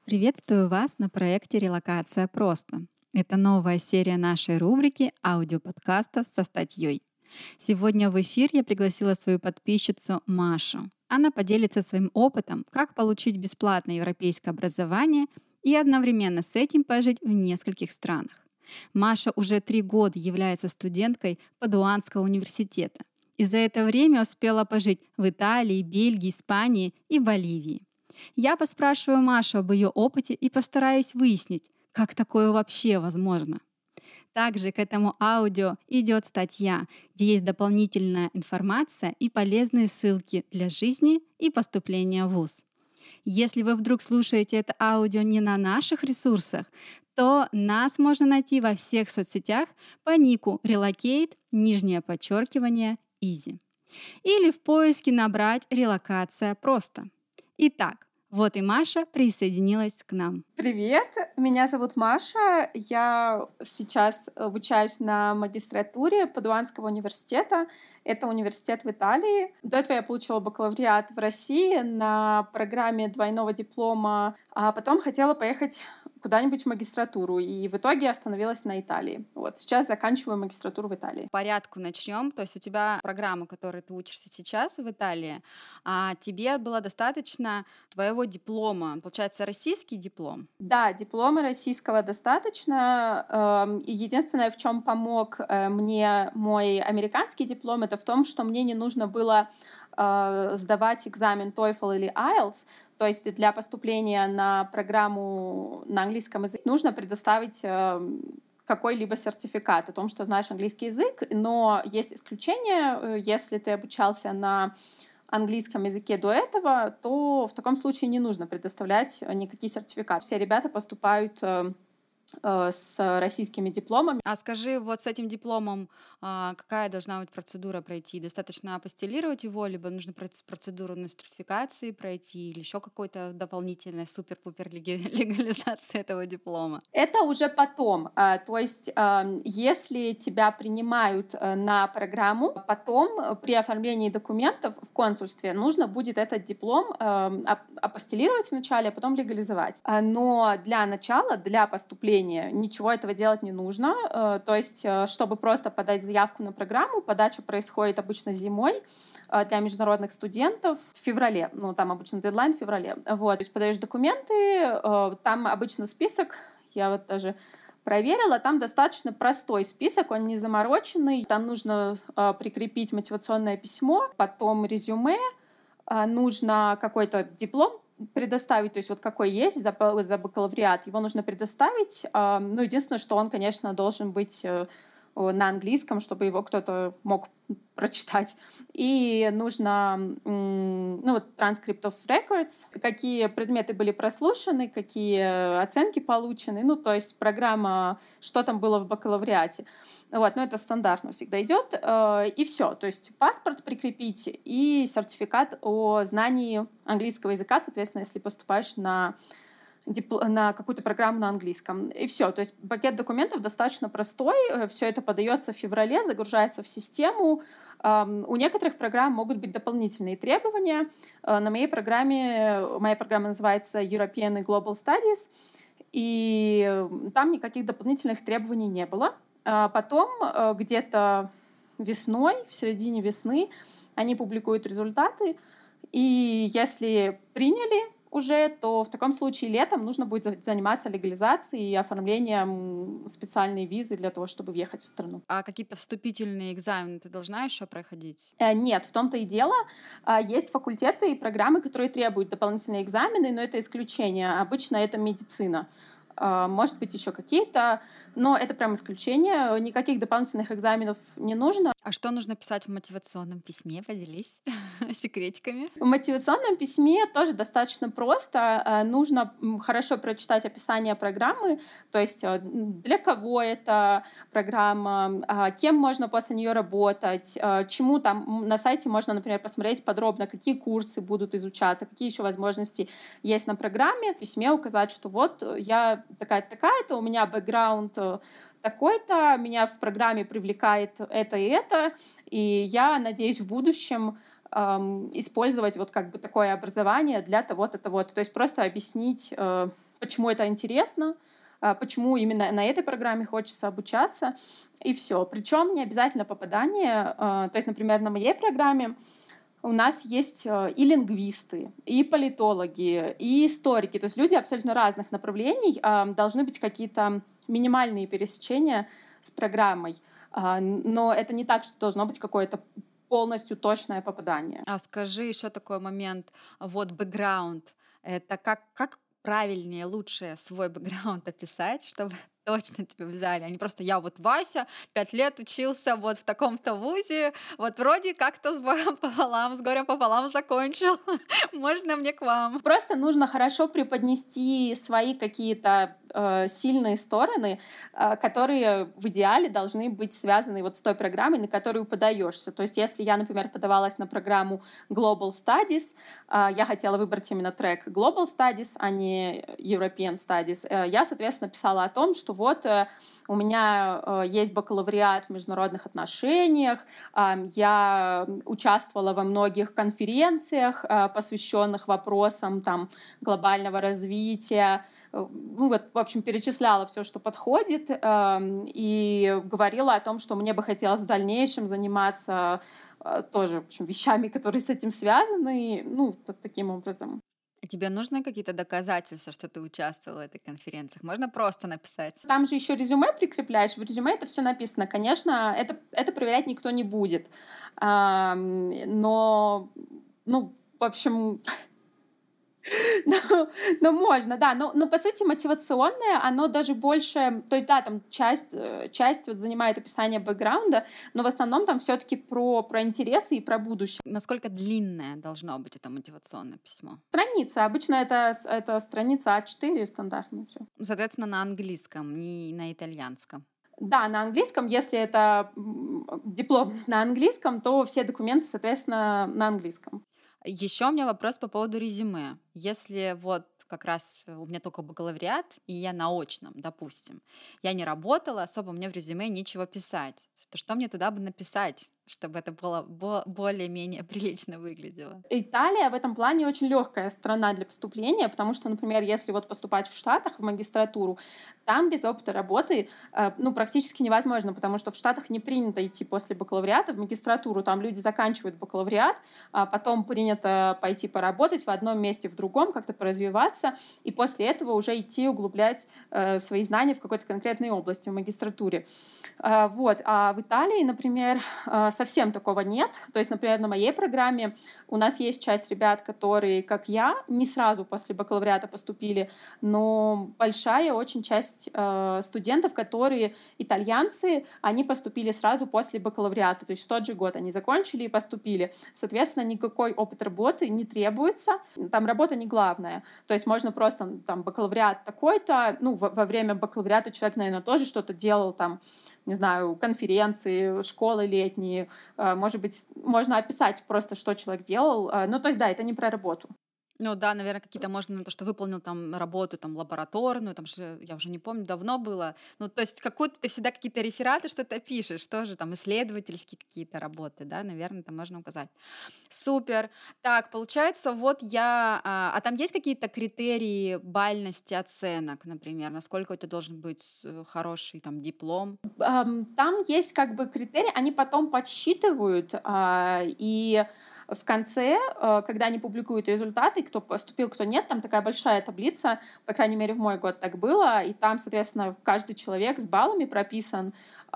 Приветствую вас на проекте «Релокация просто». Это новая серия нашей рубрики аудиоподкаста со статьей. Сегодня в эфир я пригласила свою подписчицу Машу. Она поделится своим опытом, как получить бесплатное европейское образование и одновременно с этим пожить в нескольких странах. Маша уже 3 года является студенткой Падуанского университета. И за это время успела пожить в Италии, Бельгии, Испании и Боливии. Я поспрашиваю Машу об ее опыте и постараюсь выяснить, как такое вообще возможно. Также к этому аудио идет статья, где есть дополнительная информация и полезные ссылки для жизни и поступления в ВУЗ. Если вы вдруг слушаете это аудио не на наших ресурсах, то нас можно найти во всех соцсетях по нику relocate, _easy. Или в поиске набрать «релокация просто». Итак, вот и Маша присоединилась к нам. Привет, меня зовут Маша. Я сейчас обучаюсь на магистратуре Падуанского университета. Это университет в Италии. До этого я получила бакалавриат в России на программе двойного диплома, а потом хотела поехать куда-нибудь в магистратуру, и в итоге остановилась на Италии. Вот сейчас заканчиваю магистратуру в Италии. По порядку начнем. То есть у тебя программа, которой ты учишься сейчас в Италии, а тебе было достаточно твоего диплома, получается, российский диплом? Да, диплома российского достаточно. И единственное, в чем помог мне мой американский диплом, это в том, что мне не нужно было сдавать экзамен TOEFL или IELTS. То есть для поступления на программу на английском языке нужно предоставить какой-либо сертификат о том, что знаешь английский язык, но есть исключение, если ты обучался на английском языке до этого, то в таком случае не нужно предоставлять никакие сертификаты. Все ребята поступают с российскими дипломами. А скажи, вот с этим дипломом какая должна быть процедура пройти? Достаточно апостилировать его, либо нужно процедуру нострификации пройти, или еще какой-то дополнительной супер-пупер легализации этого диплома? Это уже потом. То есть, если тебя принимают на программу, потом при оформлении документов в консульстве нужно будет этот диплом апостилировать вначале, а потом легализовать. Но для начала, для поступления ничего этого делать не нужно. То есть, чтобы просто подать заявку на программу, подача происходит обычно зимой для международных студентов в феврале. Ну, там обычно дедлайн в феврале. Вот. То есть подаешь документы, там обычно список, я вот даже проверила, там достаточно простой список, он не замороченный. Там нужно прикрепить мотивационное письмо, потом резюме, нужно какой-то диплом предоставить, то есть вот какой есть за бакалавриат, его нужно предоставить. Ну, единственное, что он, конечно, должен быть на английском, чтобы его кто-то мог прочитать. И нужно transcript of records, какие предметы были прослушаны, какие оценки получены, ну, то есть программа, что там было в бакалавриате. Вот, но это стандартно всегда идет. И все. То есть паспорт прикрепить и сертификат о знании английского языка, соответственно, если поступаешь на какую-то программу на английском. И все. То есть пакет документов достаточно простой. Все это подается в феврале, загружается в систему. У некоторых программ могут быть дополнительные требования. На моей программе, моя программа называется European and Global Studies, и там никаких дополнительных требований не было. Потом где-то весной, в середине весны, они публикуют результаты, и если приняли уже, то в таком случае летом нужно будет заниматься легализацией и оформлением специальной визы для того, чтобы въехать в страну. А какие-то вступительные экзамены ты должна еще проходить? Нет, в том-то и дело. Есть факультеты и программы, которые требуют дополнительные экзамены, но это исключение. Обычно это медицина. Может быть, еще какие-то, но это прям исключение. Никаких дополнительных экзаменов не нужно. А что нужно писать в мотивационном письме? Поделись секретиками. В мотивационном письме тоже достаточно просто. Нужно хорошо прочитать описание программы, то есть для кого эта программа, кем можно после нее работать, чему там на сайте можно, например, посмотреть подробно, какие курсы будут изучаться, какие еще возможности есть на программе. В письме указать, что вот я такая-то, у меня бэкграунд такой-то, меня в программе привлекает это и это, и я надеюсь в будущем использовать вот как бы такое образование для того-то, того-то. То есть просто объяснить почему это интересно, почему именно на этой программе хочется обучаться, и все. Причем не обязательно попадание. То есть, например, на моей программе у нас есть и лингвисты, и политологи, и историки. То есть люди абсолютно разных направлений. Должны быть какие-то минимальные пересечения с программой. Но это не так, что должно быть какое-то полностью точное попадание. А скажи еще такой момент, вот бэкграунд, это как правильнее, лучше свой бэкграунд описать, чтобы точно тебя взяли, а не просто я вот Вася, 5 лет учился вот в таком-то вузе, вот вроде как-то с Богом пополам, с горем пополам закончил, можно мне к вам? Просто нужно хорошо преподнести свои какие-то сильные стороны, которые в идеале должны быть связаны вот с той программой, на которую подаешься. То есть если я, например, подавалась на программу Global Studies, я хотела выбрать именно трек Global Studies, а не European Studies, я, соответственно, писала о том, что вот у меня есть бакалавриат в международных отношениях, я участвовала во многих конференциях, посвященных вопросам там, глобального развития, ну вот, в общем, перечисляла все, что подходит, и говорила о том, что мне бы хотелось в дальнейшем заниматься тоже, в общем, вещами, которые с этим связаны, ну, таким образом. Тебе нужны какие-то доказательства, что ты участвовала в этой конференции? Можно просто написать? Там же еще резюме прикрепляешь, в резюме это все написано. Конечно, это проверять никто не будет. Но, ну, в общем, но можно, да. Но по сути мотивационное, оно даже больше, то есть да, там часть вот занимает описание бэкграунда, но в основном там все-таки про интересы и про будущее. Насколько длинное должно быть это мотивационное письмо? Страница. Обычно это страница А4 стандартная. Все. Соответственно, на английском, не на итальянском. Да, на английском. Если это диплом на английском, то все документы, соответственно, на английском. Еще у меня вопрос по поводу резюме. Если вот как раз у меня только бакалавриат, и я на очном, допустим, я не работала, особо мне в резюме нечего писать, то что мне туда бы написать, чтобы это было более-менее прилично выглядело? Италия в этом плане очень легкая страна для поступления, потому что, например, если вот поступать в Штатах в магистратуру, там без опыта работы ну, практически невозможно, потому что в Штатах не принято идти после бакалавриата в магистратуру. Там люди заканчивают бакалавриат, а потом принято пойти поработать в одном месте, в другом, как-то поразвиваться, и после этого уже идти углублять свои знания в какой-то конкретной области в магистратуре. Вот. А в Италии, например, совсем такого нет. То есть, например, на моей программе у нас есть часть ребят, которые, как я, не сразу после бакалавриата поступили, но большая очень часть студентов, которые итальянцы, они поступили сразу после бакалавриата. То есть в тот же год они закончили и поступили. Соответственно, никакой опыт работы не требуется. Там работа не главная. То есть можно просто там бакалавриат такой-то, ну, во время бакалавриата человек, наверное, тоже что-то делал там, не знаю, конференции, школы летние. Может быть, можно описать просто, что человек делал. Ну, то есть, да, это не про работу. Ну да, наверное, какие-то можно то, что выполнил там работу там лабораторную, там же, я уже не помню, давно было. Ну, то есть какую-то ты всегда какие-то рефераты что-то пишешь, тоже там исследовательские какие-то работы, да, наверное, там можно указать. Супер. Так, получается, вот я... А там есть какие-то критерии бальности оценок, например, насколько у тебя должен быть хороший там диплом? Там есть как бы критерии, они потом подсчитывают, и в конце, когда они публикуют результаты, кто поступил, кто нет, там такая большая таблица, по крайней мере, в мой год так было, и там, соответственно, каждый человек с баллами прописан,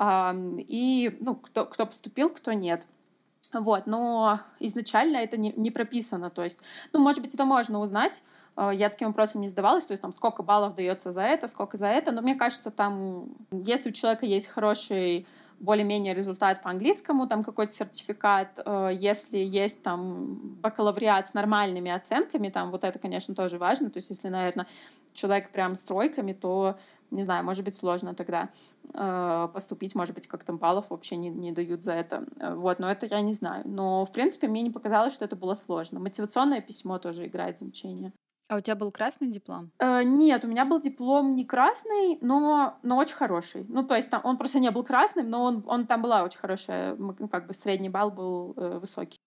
и ну, кто поступил, кто нет. Вот, но изначально это не прописано, то есть, ну, может быть, это можно узнать, я таким вопросом не задавалась, то есть там сколько баллов дается за это, сколько за это, но мне кажется, там, если у человека есть хороший более-менее результат по английскому, там какой-то сертификат, если есть там бакалавриат с нормальными оценками, там вот это, конечно, тоже важно, то есть если, наверное, человек прям с тройками, то, не знаю, может быть, сложно тогда поступить, может быть, как там баллов вообще не дают за это, вот, но это я не знаю, но, в принципе, мне не показалось, что это было сложно. Мотивационное письмо тоже играет значение. А у тебя был красный диплом? Нет, у меня был диплом не красный, но очень хороший. Ну, то есть там, он просто не был красным, но он там была очень хорошая, как бы средний балл был высокий.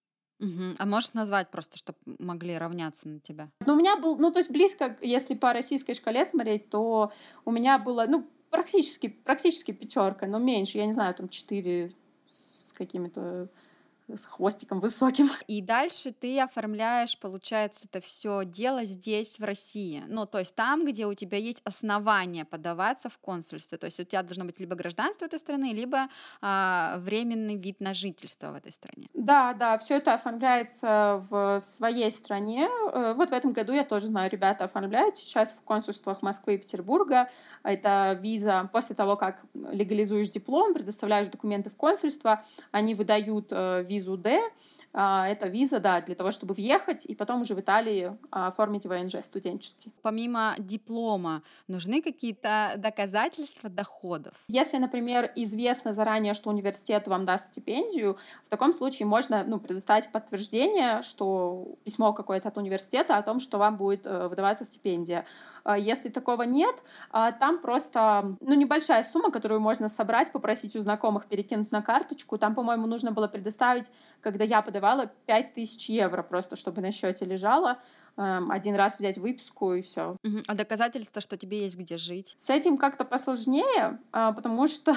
Мгм. А можешь назвать просто, чтобы могли равняться на тебя? Но у меня был, ну, то есть близко, если по российской шкале смотреть, то у меня было, ну, практически пятерка, но меньше, я не знаю, там 4 с какими-то, с хвостиком высоким. И дальше ты оформляешь, получается, это все дело здесь, в России. Ну, то есть там, где у тебя есть основания подаваться в консульство. То есть у тебя должно быть либо гражданство этой страны, либо временный вид на жительство в этой стране. Да, да, все это оформляется в своей стране. Вот в этом году, я тоже знаю, ребята оформляют сейчас в консульствах Москвы и Петербурга. Это виза после того, как легализуешь диплом, предоставляешь документы в консульство, они выдают визу D. Это виза, да, для того, чтобы въехать, и потом уже в Италии оформить ВНЖ студенческий. Помимо диплома, нужны какие-то доказательства доходов? Если, например, известно заранее, что университет вам даст стипендию, в таком случае можно, ну, предоставить подтверждение, что письмо какое-то от университета о том, что вам будет выдаваться стипендия. Если такого нет, там просто, ну, небольшая сумма, которую можно собрать, попросить у знакомых перекинуть на карточку. Там, по-моему, нужно было предоставить, когда я подавала, 5000 евро просто, чтобы на счете лежало. Один раз взять выписку и все. Мгм. А доказательства, что тебе есть где жить? С этим как-то посложнее, потому что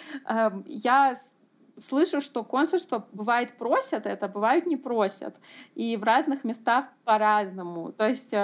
я слышу, что консульство бывает просят это, бывают не просят. И в разных местах по-разному. То есть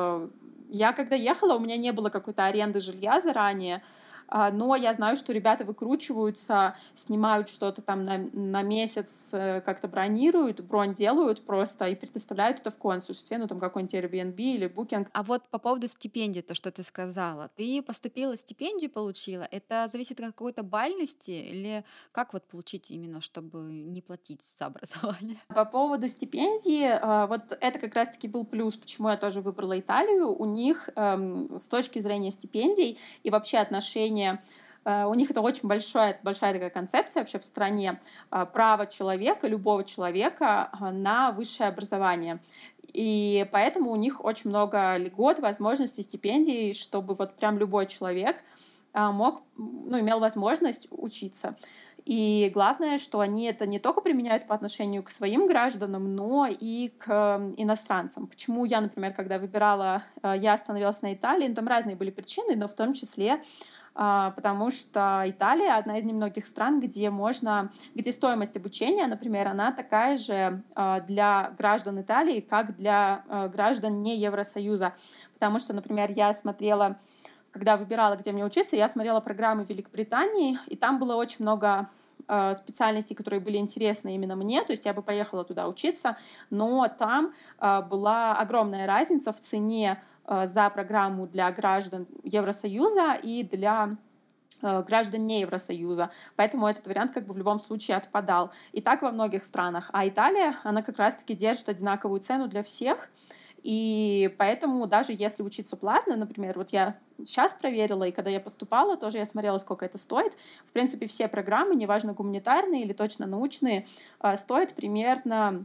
я когда ехала, у меня не было какой-то аренды жилья заранее, но я знаю, что ребята выкручиваются, снимают что-то там на месяц, как-то бронируют, бронь делают просто и предоставляют это в консульстве, ну там какой-нибудь Airbnb или Booking. А вот по поводу стипендии, то, что ты сказала. Ты поступила, стипендию получила. Это зависит от какой-то бальности или как вот получить именно, чтобы не платить за образование? По поводу стипендии, вот это как раз-таки был плюс, почему я тоже выбрала Италию. У них с точки зрения стипендий и вообще отношения, у них это очень большая такая концепция вообще в стране, право человека, любого человека на высшее образование. И поэтому у них очень много льгот, возможностей, стипендий, чтобы вот прям любой человек мог, ну, имел возможность учиться. И главное, что они это не только применяют по отношению к своим гражданам, но и к иностранцам. Почему я, например, когда выбирала, я остановилась на Италии, ну, там разные были причины, но в том числе потому что Италия одна из немногих стран, где стоимость обучения, например, она такая же для граждан Италии, как для граждан не Евросоюза. Потому что, например, я смотрела, когда выбирала, где мне учиться, я смотрела программы Великобритании, и там было очень много специальностей, которые были интересны именно мне, то есть я бы поехала туда учиться, но там была огромная разница в цене за программу для граждан Евросоюза и для граждан не Евросоюза. Поэтому этот вариант как бы в любом случае отпадал. И так во многих странах. А Италия, она как раз-таки держит одинаковую цену для всех. И поэтому даже если учиться платно, например, вот я сейчас проверила, и когда я поступала, тоже я смотрела, сколько это стоит. В принципе, все программы, неважно, гуманитарные или точно научные, стоят примерно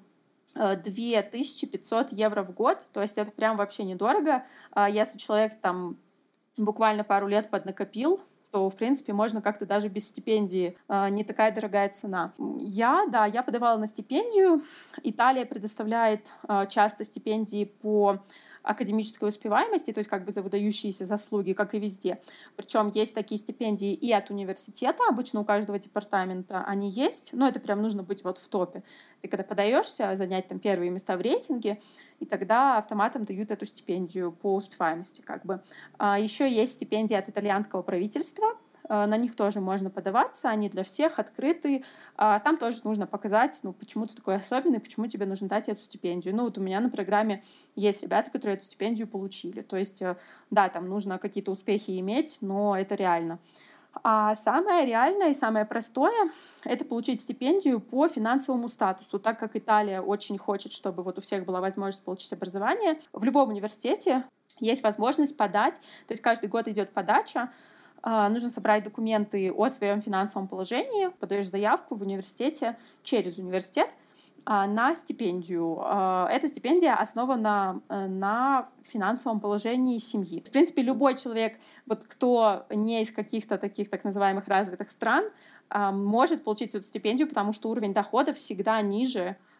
2500 евро в год. То есть это прям вообще недорого. Если человек там буквально пару лет поднакопил, то, в принципе, можно как-то даже без стипендии, не такая дорогая цена. Я подавала на стипендию. Италия предоставляет часто стипендии по академической успеваемости, то есть как бы за выдающиеся заслуги, как и везде. Причем есть такие стипендии и от университета, обычно у каждого департамента они есть, но это прям нужно быть вот в топе. Ты когда подаешься, занять там первые места в рейтинге, и тогда автоматом дают эту стипендию по успеваемости как бы. Еще есть стипендии от итальянского правительства, на них тоже можно подаваться, они для всех открыты. Там тоже нужно показать, ну, почему ты такой особенный, почему тебе нужно дать эту стипендию. Ну, вот у меня на программе есть ребята, которые эту стипендию получили. То есть, да, там нужно какие-то успехи иметь, но это реально. А самое реальное и самое простое — это получить стипендию по финансовому статусу, так как Италия очень хочет, чтобы вот у всех была возможность получить образование. В любом университете есть возможность подать, то есть каждый год идет подача, нужно собрать документы о своем финансовом положении, подаешь заявку в университете через университет на стипендию. Эта стипендия основана на финансовом положении семьи. В принципе, любой человек, вот кто не из каких-то таких так называемых развитых стран, может получить эту стипендию, потому что уровень дохода всегда ниже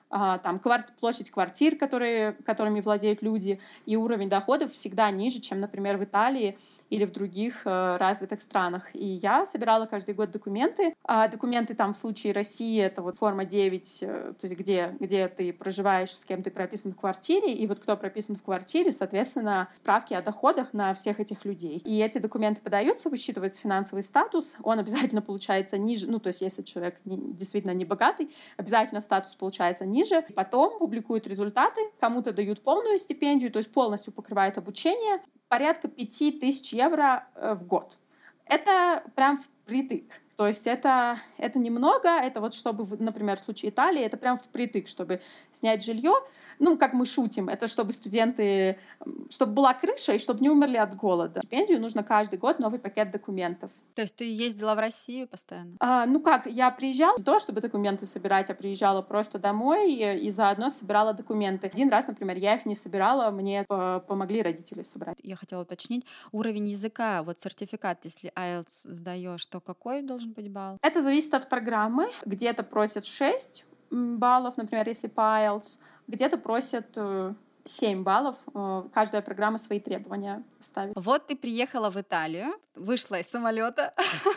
там площадь квартир, которыми владеют люди, и уровень доходов всегда ниже, чем, например, в Италии или в других развитых странах. И я собирала каждый год документы. Документы там в случае России — это вот форма 9, то есть где ты проживаешь, с кем ты прописан в квартире, и вот кто прописан в квартире, соответственно, справки о доходах на всех этих людей. И эти документы подаются, высчитывается финансовый статус, он обязательно получается ниже, то есть если человек действительно не богатый, обязательно статус получается ниже. Потом публикуют результаты, кому-то дают полную стипендию, то есть полностью покрывают обучение, порядка 5000 евро в год. Это прям впритык. То есть это немного, это вот чтобы, например, в случае Италии, это прям впритык, чтобы снять жилье. Как мы шутим, это чтобы студенты, чтобы была крыша и чтобы не умерли от голода. Стипендию нужно каждый год новый пакет документов. То есть ты ездила в Россию постоянно? Я приезжала не то, чтобы документы собирать, а приезжала просто домой и заодно собирала документы. Один раз, например, я их не собирала, мне помогли родители собрать. Я хотела уточнить уровень языка, вот сертификат, если IELTS сдаешь, то какой должен быть балл? Это зависит от программы. Где-то просят 6 баллов, например, если по IELTS, где-то просят 7 баллов. Каждая программа свои требования ставит. Вот ты приехала в Италию, вышла из самолета.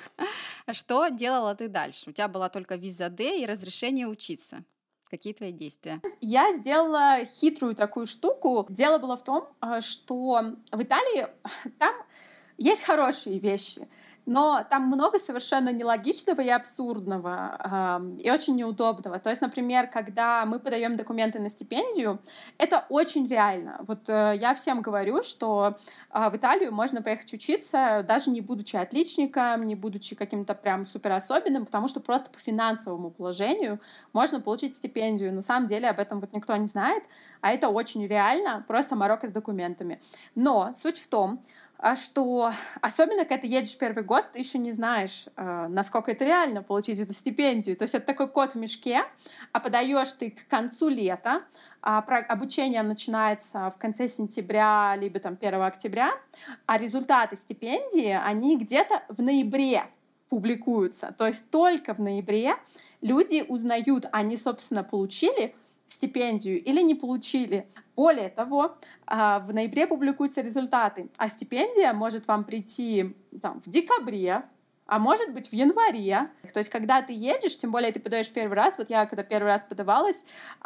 Что делала ты дальше? У тебя была только виза D и разрешение учиться. Какие твои действия? Я сделала хитрую такую штуку. Дело было в том, что в Италии там есть хорошие вещи, но там много совершенно нелогичного и абсурдного, и очень неудобного. То есть, например, когда мы подаем документы на стипендию, это очень реально. Вот я всем говорю, что в Италию можно поехать учиться, даже не будучи отличником, не будучи каким-то прям супер особенным, потому что просто по финансовому положению можно получить стипендию. На самом деле об этом вот никто не знает, а это очень реально, просто Марокко с документами. Но суть в том, что особенно, когда ты едешь первый год, ты еще не знаешь, насколько это реально получить эту стипендию. То есть это такой кот в мешке, а подаешь ты к концу лета, обучение начинается в конце сентября, либо там 1 октября, а результаты стипендии, они где-то в ноябре публикуются. То есть только в ноябре люди узнают, они, собственно, получили стипендию или не получили. Более того, в ноябре публикуются результаты, а стипендия может вам прийти в декабре, а может быть в январе. То есть, когда ты едешь, тем более ты подаешь первый раз, вот я когда первый раз подавалась,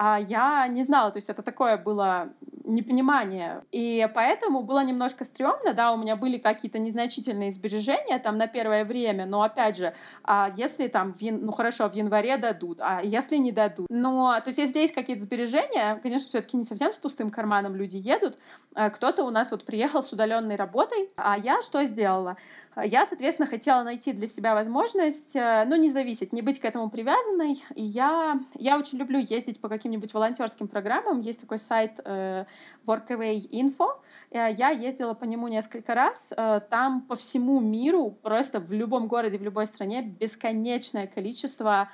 я не знала, то есть это такое было непонимание. И поэтому было немножко стрёмно, да, у меня были какие-то незначительные сбережения там на первое время, но опять же, если там, хорошо, в январе дадут, а если не дадут. Но, то есть, если есть какие-то сбережения, конечно, все-таки не совсем с пустым карманом люди едут. Кто-то у нас вот приехал с удаленной работой, а я что сделала? Я, соответственно, хотела найти для себя возможность, не зависеть, не быть к этому привязанной. И я очень люблю ездить по каким-нибудь волонтерским программам. Есть такой сайт Workaway Info. Я ездила по нему несколько раз. Там по всему миру, просто в любом городе, в любой стране бесконечное количество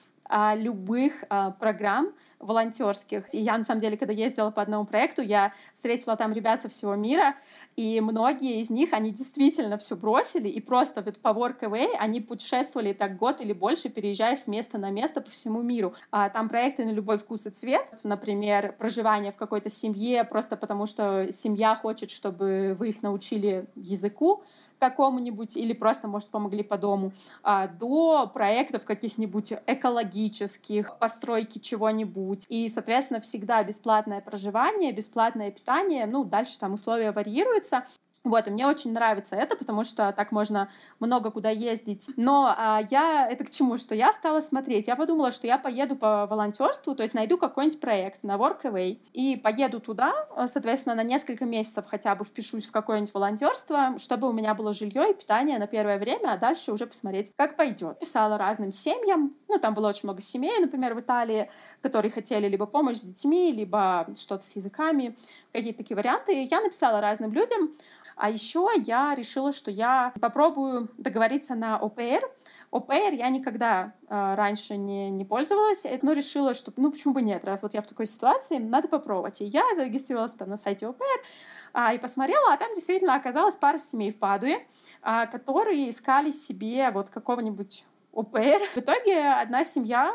любых программ волонтерских. И я, на самом деле, когда ездила по одному проекту, я встретила там ребят со всего мира, и многие из них, они действительно все бросили, и просто вот по Workaway они путешествовали так год или больше, переезжая с места на место по всему миру. Там проекты на любой вкус и цвет. Например, проживание в какой-то семье просто потому, что семья хочет, чтобы вы их научили языку какому-нибудь или просто, может, помогли по дому, до проектов каких-нибудь экологических, постройки чего-нибудь. И, соответственно, всегда бесплатное проживание, бесплатное питание. Дальше там условия варьируются. Вот, и мне очень нравится это, потому что так можно много куда ездить. Но это к чему? Что я стала смотреть. Я подумала, что я поеду по волонтерству, то есть найду какой-нибудь проект на Workaway и поеду туда, соответственно, на несколько месяцев хотя бы впишусь в какое-нибудь волонтерство, чтобы у меня было жилье и питание на первое время, а дальше уже посмотреть, как пойдет. Писала разным семьям. Там было очень много семей, например, в Италии, которые хотели либо помощь с детьми, либо что-то с языками, какие-то такие варианты. Я написала разным людям. А еще я решила, что я попробую договориться на ОПР. ОПР я никогда раньше не пользовалась, но решила, что почему бы нет, раз вот я в такой ситуации, надо попробовать. И я зарегистрировалась там на сайте ОПР и посмотрела, а там действительно оказалась пара семей в Падуе, которые искали себе вот какого-нибудь ОПР. В итоге одна семья,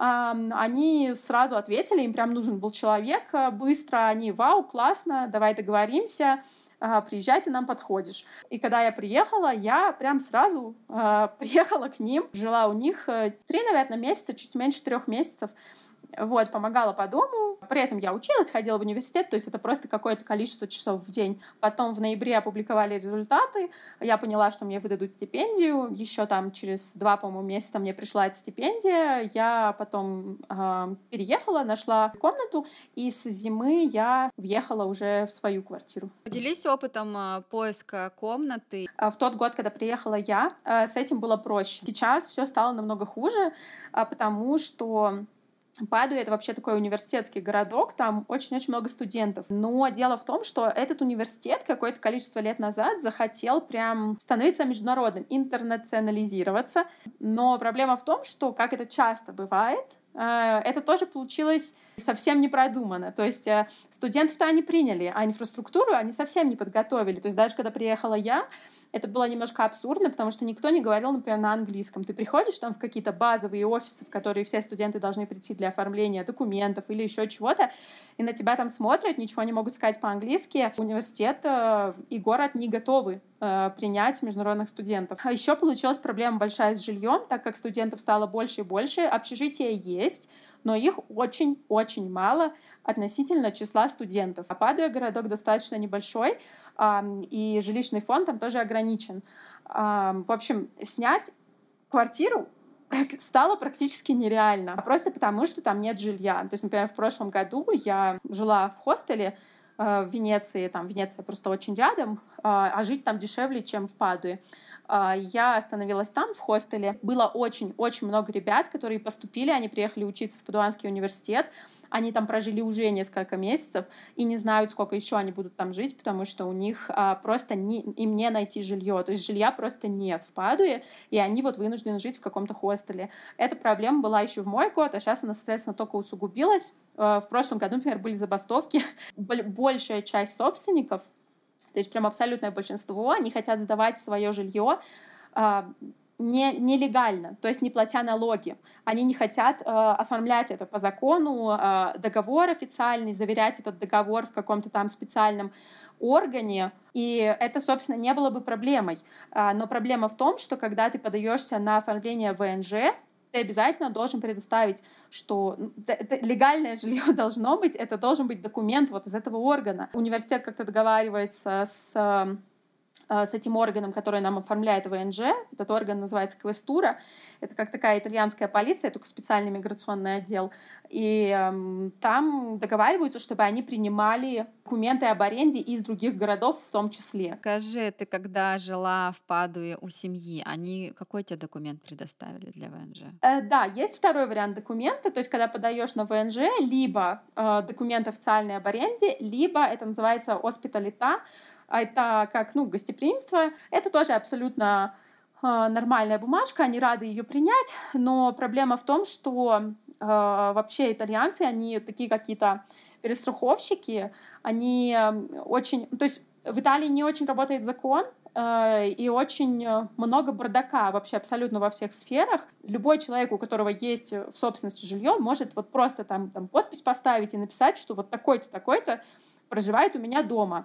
они сразу ответили, им прям нужен был человек быстро, они: вау, классно, давай договоримся, приезжай, ты нам подходишь. И когда я приехала, я прям сразу приехала к ним, жила у них 3, наверное, месяца, чуть меньше 3 месяцев. Вот, помогала по дому. При этом я училась, ходила в университет, то есть это просто какое-то количество часов в день. Потом в ноябре опубликовали результаты, я поняла, что мне выдадут стипендию. Еще там через 2, по-моему, месяца мне пришла эта стипендия. Я потом переехала, нашла комнату, и с зимы я въехала уже в свою квартиру. Поделись опытом поиска комнаты. В тот год, когда приехала я, с этим было проще. Сейчас все стало намного хуже, потому что Падуя — это вообще такой университетский городок, там очень-очень много студентов. Но дело в том, что этот университет какое-то количество лет назад захотел прям становиться международным, интернационализироваться. Но проблема в том, что, как это часто бывает, это тоже получилось совсем не продуманно. То есть студентов-то они приняли, а инфраструктуру они совсем не подготовили. То есть даже когда приехала я, это было немножко абсурдно, потому что никто не говорил, например, на английском. Ты приходишь там в какие-то базовые офисы, в которые все студенты должны прийти для оформления документов или еще чего-то, и на тебя там смотрят, ничего не могут сказать по-английски. Университет и город не готовы принять международных студентов. А еще получилась проблема большая с жильем, так как студентов стало больше и больше. Общежития есть, но их очень-очень мало относительно числа студентов. А Падуя — городок достаточно небольшой, и жилищный фонд там тоже ограничен. В общем, снять квартиру стало практически нереально, просто потому что там нет жилья. То есть, например, в прошлом году я жила в хостеле в Венеции, там Венеция просто очень рядом, а жить там дешевле, чем в Падуе. Я остановилась там, в хостеле. Было очень-очень много ребят, которые поступили, они приехали учиться в Падуанский университет, они там прожили уже несколько месяцев и не знают, сколько еще они будут там жить, потому что у них просто им не найти жилье. То есть жилья просто нет в Падуе, и они вот вынуждены жить в каком-то хостеле. Эта проблема была еще в мой год, а сейчас она, соответственно, только усугубилась. В прошлом году, например, были забастовки. Большая часть собственников, то есть прям абсолютное большинство, они хотят сдавать свое жилье нелегально, то есть не платя налоги. Они не хотят оформлять это по закону, договор официальный, заверять этот договор в каком-то там специальном органе. И это, собственно, не было бы проблемой. Но проблема в том, что когда ты подаешься на оформление ВНЖ, ты обязательно должен предоставить, что легальное жилье должно быть, это должен быть документ вот из этого органа. Университет как-то договаривается с этим органом, который нам оформляет ВНЖ. Этот орган называется Квестура. Это как такая итальянская полиция, только специальный миграционный отдел. И там договариваются, чтобы они принимали документы об аренде из других городов в том числе. Скажи, ты когда жила в Падуе у семьи, они какой тебе документ предоставили для ВНЖ? Да, есть второй вариант документа, то есть когда подаешь на ВНЖ, либо документ официальный об аренде, либо это называется оспиталита, это как гостеприимство. Это тоже абсолютно нормальная бумажка, они рады ее принять, но проблема в том, что вообще итальянцы, они такие какие-то перестраховщики, они очень... То есть в Италии не очень работает закон, и очень много бардака вообще абсолютно во всех сферах. Любой человек, у которого есть в собственности жилье, может вот просто там подпись поставить и написать, что вот такой-то, такой-то проживает у меня дома.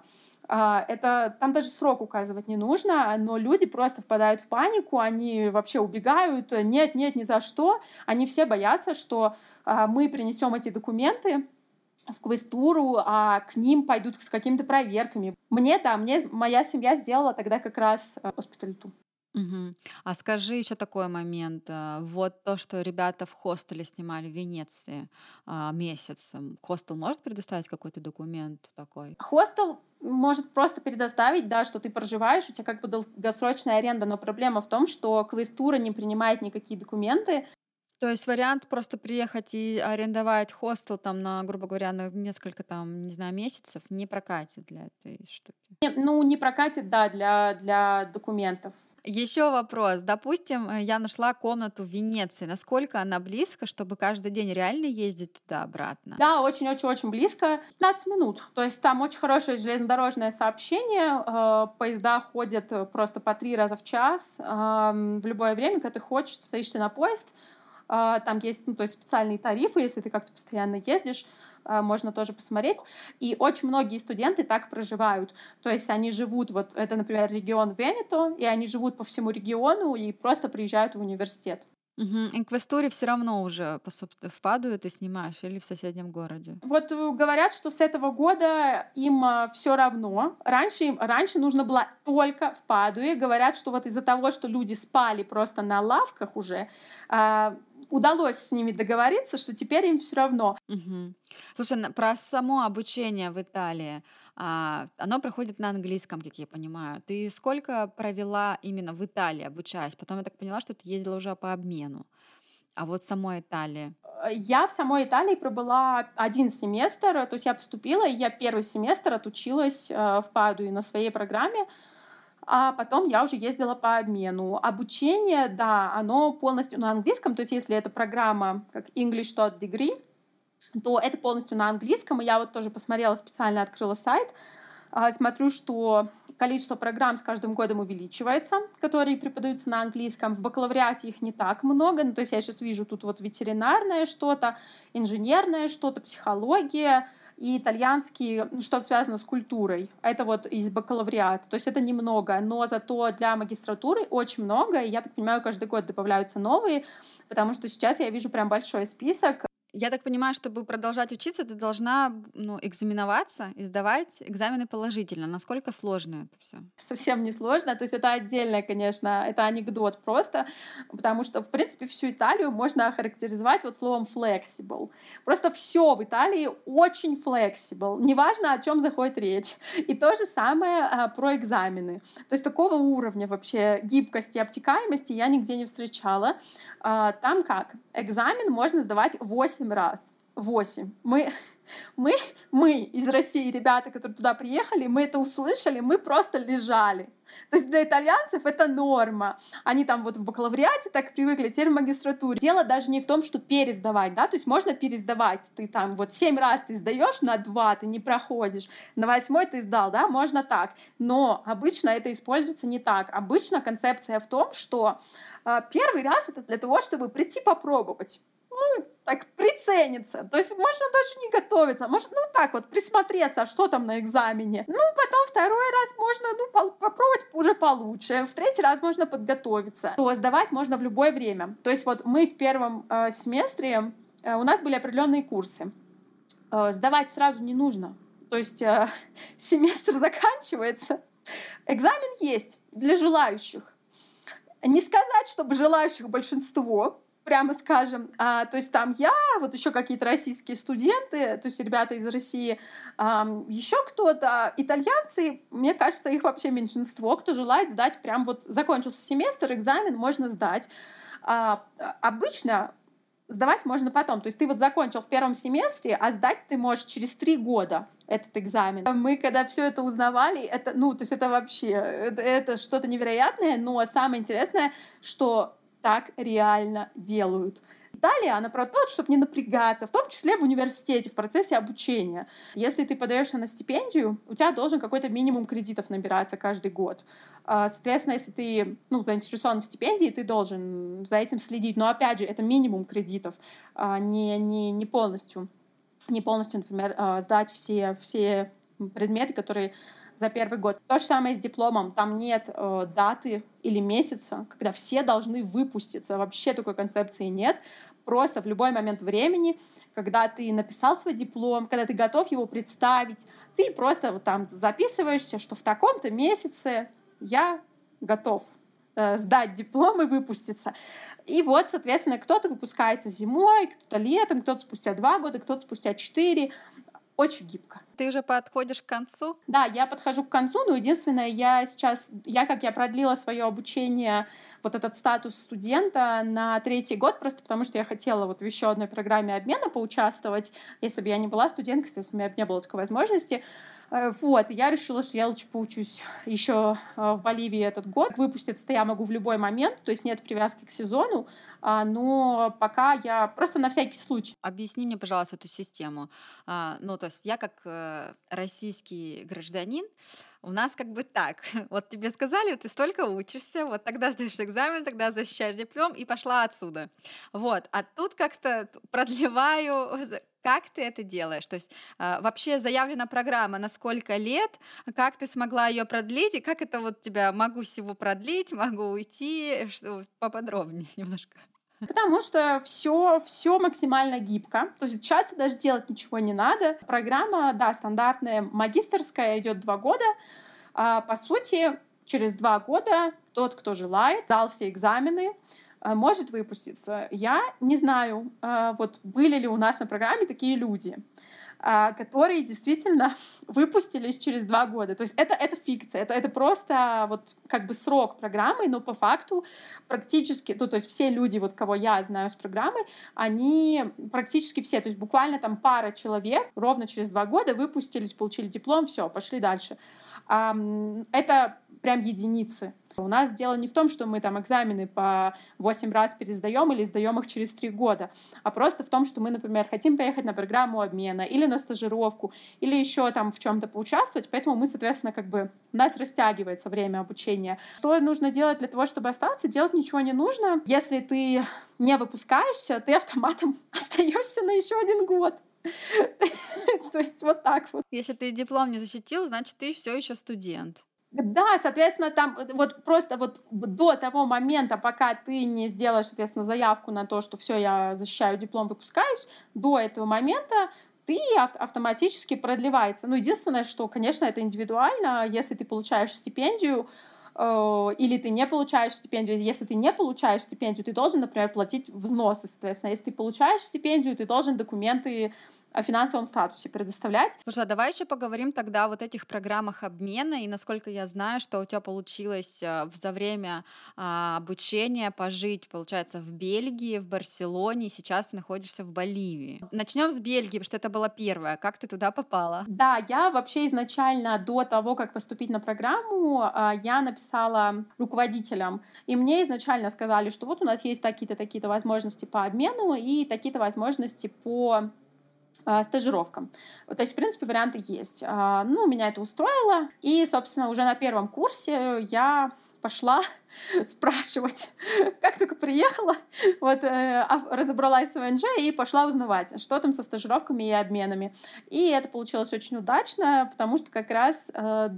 Это там даже срок указывать не нужно, но люди просто впадают в панику, они вообще убегают. Нет, ни за что. Они все боятся, что мы принесем эти документы в Квестуру, а к ним пойдут с какими-то проверками. Мне моя семья сделала тогда как раз оспиталиту. Мгм. А скажи еще такой момент. Вот то, что ребята в хостеле снимали в Венеции месяц, хостел может предоставить какой-то документ такой? Хостел может просто предоставить, да, что ты проживаешь, у тебя как бы долгосрочная аренда, но проблема в том, что Квестура не принимает никакие документы. То есть вариант просто приехать и арендовать хостел там на, грубо говоря, на несколько там, не знаю, месяцев не прокатит для этой штуки. Не прокатит, да, для документов. Еще вопрос. Допустим, я нашла комнату в Венеции. Насколько она близко, чтобы каждый день реально ездить туда-обратно? Да, очень-очень-очень близко, 15 минут. То есть там очень хорошее железнодорожное сообщение, поезда ходят просто по 3 раза в час, в любое время, когда ты хочешь, ты садишься на поезд. Там есть, ну, то есть специальные тарифы, если ты как-то постоянно ездишь, можно тоже посмотреть. И очень многие студенты так проживают. То есть они живут, вот это, например, регион Венето, и они живут по всему региону и просто приезжают в университет. Мгм. И Квестуре все равно уже в Падуе ты снимаешь или в соседнем городе? Вот говорят, что с этого года им все равно. Раньше нужно было только в Падуе. Говорят, что вот из-за того, что люди спали просто на лавках уже, удалось с ними договориться, что теперь им все равно. Мгм. Слушай, про само обучение в Италии, оно проходит на английском, как я понимаю. Ты сколько провела именно в Италии, обучаясь? Потом я так поняла, что ты ездила уже по обмену. А вот самой Италии? Я в самой Италии пробыла 1 семестр, то есть я поступила, и я первый семестр отучилась в Падуе на своей программе, а потом я уже ездила по обмену. Обучение, да, оно полностью на английском, то есть если это программа как English Taught Degree, то это полностью на английском. И я вот тоже посмотрела, специально открыла сайт, смотрю, что количество программ с каждым годом увеличивается, которые преподаются на английском. В бакалавриате их не так много. Ну, то есть я сейчас вижу тут вот ветеринарное что-то, инженерное что-то, психология и итальянский, что-то связано с культурой. Это вот из бакалавриата. То есть это немного, но зато для магистратуры очень много. И я так понимаю, каждый год добавляются новые, потому что сейчас я вижу прям большой список. Я так понимаю, чтобы продолжать учиться, ты должна, экзаменоваться и сдавать экзамены положительно. Насколько сложно это все? Совсем не сложно. То есть это отдельное, конечно, это анекдот просто, потому что, в принципе, всю Италию можно охарактеризовать вот словом flexible. Просто все в Италии очень flexible. Неважно, о чем заходит речь. И то же самое про экзамены. То есть такого уровня вообще гибкости, обтекаемости я нигде не встречала. Там как? Экзамен можно сдавать 8 раз. 8. Мы из России, ребята, которые туда приехали, мы это услышали, мы просто лежали. То есть для итальянцев это норма. Они там вот в бакалавриате так привыкли, теперь в магистратуре. Дело даже не в том, что пересдавать, да, то есть можно пересдавать. Ты там вот 7 раз ты сдаешь, на 2 ты не проходишь, на 8 ты сдал, да, можно так. Но обычно это используется не так. Обычно концепция в том, что первый раз это для того, чтобы прийти попробовать. Так прицениться. То есть можно даже не готовиться. Можно, так вот, присмотреться, что там на экзамене. Потом второй раз можно, попробовать уже получше. В третий раз можно подготовиться. То сдавать можно в любое время. То есть вот мы в первом семестре, у нас были определенные курсы. Сдавать сразу не нужно. То есть семестр заканчивается. Экзамен есть для желающих. Не сказать, чтобы желающих большинство, прямо скажем. То есть там я, вот еще какие-то российские студенты, то есть ребята из России, еще кто-то, итальянцы, мне кажется, их вообще меньшинство, кто желает сдать прям вот закончился семестр, экзамен можно сдать. Обычно сдавать можно потом. То есть ты вот закончил в первом семестре, а сдать ты можешь через 3 года этот экзамен. Мы когда все это узнавали, это, то есть это вообще, это что-то невероятное, но самое интересное, что так реально делают. Италия, она про то, чтобы не напрягаться, в том числе в университете, в процессе обучения. Если ты подаешься на стипендию, у тебя должен какой-то минимум кредитов набираться каждый год. Соответственно, если ты заинтересован в стипендии, ты должен за этим следить. Но опять же, это минимум кредитов, не полностью. Не полностью, например, сдать все предметы, которые за первый год. То же самое с дипломом. Там нет даты или месяца, когда все должны выпуститься. Вообще такой концепции нет. Просто в любой момент времени, когда ты написал свой диплом, когда ты готов его представить, ты просто вот там записываешься, что в таком-то месяце я готов сдать диплом и выпуститься. И вот, соответственно, кто-то выпускается зимой, кто-то летом, кто-то спустя 2 года, кто-то спустя 4. Очень гибко. Ты уже подходишь к концу? Да, я подхожу к концу, но единственное, я продлила свое обучение, вот этот статус студента на 3-й год, просто потому что я хотела вот в еще одной программе обмена поучаствовать. Если бы я не была студенткой, соответственно, у меня не было такой возможности. Вот, и я решила, что я лучше поучусь еще в Боливии этот год. Выпуститься-то я могу в любой момент, то есть нет привязки к сезону, но пока я просто на всякий случай. Объясни мне, пожалуйста, эту систему. Ну, то есть я как российский гражданин, у нас как бы так. Вот тебе сказали, вот ты столько учишься, вот тогда сдаешь экзамен, тогда защищаешь диплом и пошла отсюда. Вот. А тут как-то продлеваю. Как ты это делаешь? То есть вообще заявлена программа на сколько лет, как ты смогла ее продлить, и как это вот тебя могу всего продлить, могу уйти, что поподробнее немножко. Потому что все максимально гибко. То есть часто даже делать ничего не надо. Программа, да, стандартная магистерская, идет 2 года. По сути, через 2 года тот, кто желает, сдал все экзамены, может выпуститься. Я не знаю, вот были ли у нас на программе такие люди, которые действительно выпустились через 2 года. То есть это фикция, это просто вот как бы срок программы, но по факту практически, то есть все люди, вот кого я знаю с программы, они практически все, то есть буквально там пара человек ровно через 2 года выпустились, получили диплом, все, пошли дальше. Это прям единицы. У нас дело не в том, что мы там экзамены по 8 раз пересдаем или сдаем их через 3 года, а просто в том, что мы, например, хотим поехать на программу обмена или на стажировку, или еще там в чем-то поучаствовать, поэтому мы, соответственно, как бы у нас растягивается время обучения. Что нужно делать для того, чтобы остаться? Делать ничего не нужно. Если ты не выпускаешься, ты автоматом остаешься на еще 1 год. То есть вот так вот. Если ты диплом не защитил, значит, ты все еще студент. Да, соответственно, там вот просто вот до того момента, пока ты не сделаешь, соответственно, заявку на то, что все, я защищаю диплом, выпускаюсь, до этого момента ты автоматически продлевается. Ну, единственное, что, конечно, это индивидуально. Если ты получаешь стипендию, или ты не получаешь стипендию. Если ты не получаешь стипендию, ты должен, например, платить взносы, соответственно. Если ты получаешь стипендию, ты должен документы о финансовом статусе предоставлять. Слушай, а давай еще поговорим тогда о вот этих программах обмена. И насколько я знаю, что у тебя получилось за время обучения пожить, получается, в Бельгии, в Барселоне, и сейчас ты находишься в Боливии. Начнем с Бельгии, потому что это была первая. Как ты туда попала? Да, я вообще изначально до того, как поступить на программу, я написала руководителям, и мне изначально сказали, что вот у нас есть такие-то возможности по обмену и такие-то возможности по стажировкам. То есть, в принципе, варианты есть. Ну, меня это устроило. И, собственно, уже на первом курсе я пошла спрашивать, как только приехала, вот разобралась с ВНЖ и пошла узнавать, что там со стажировками и обменами. И это получилось очень удачно, потому что как раз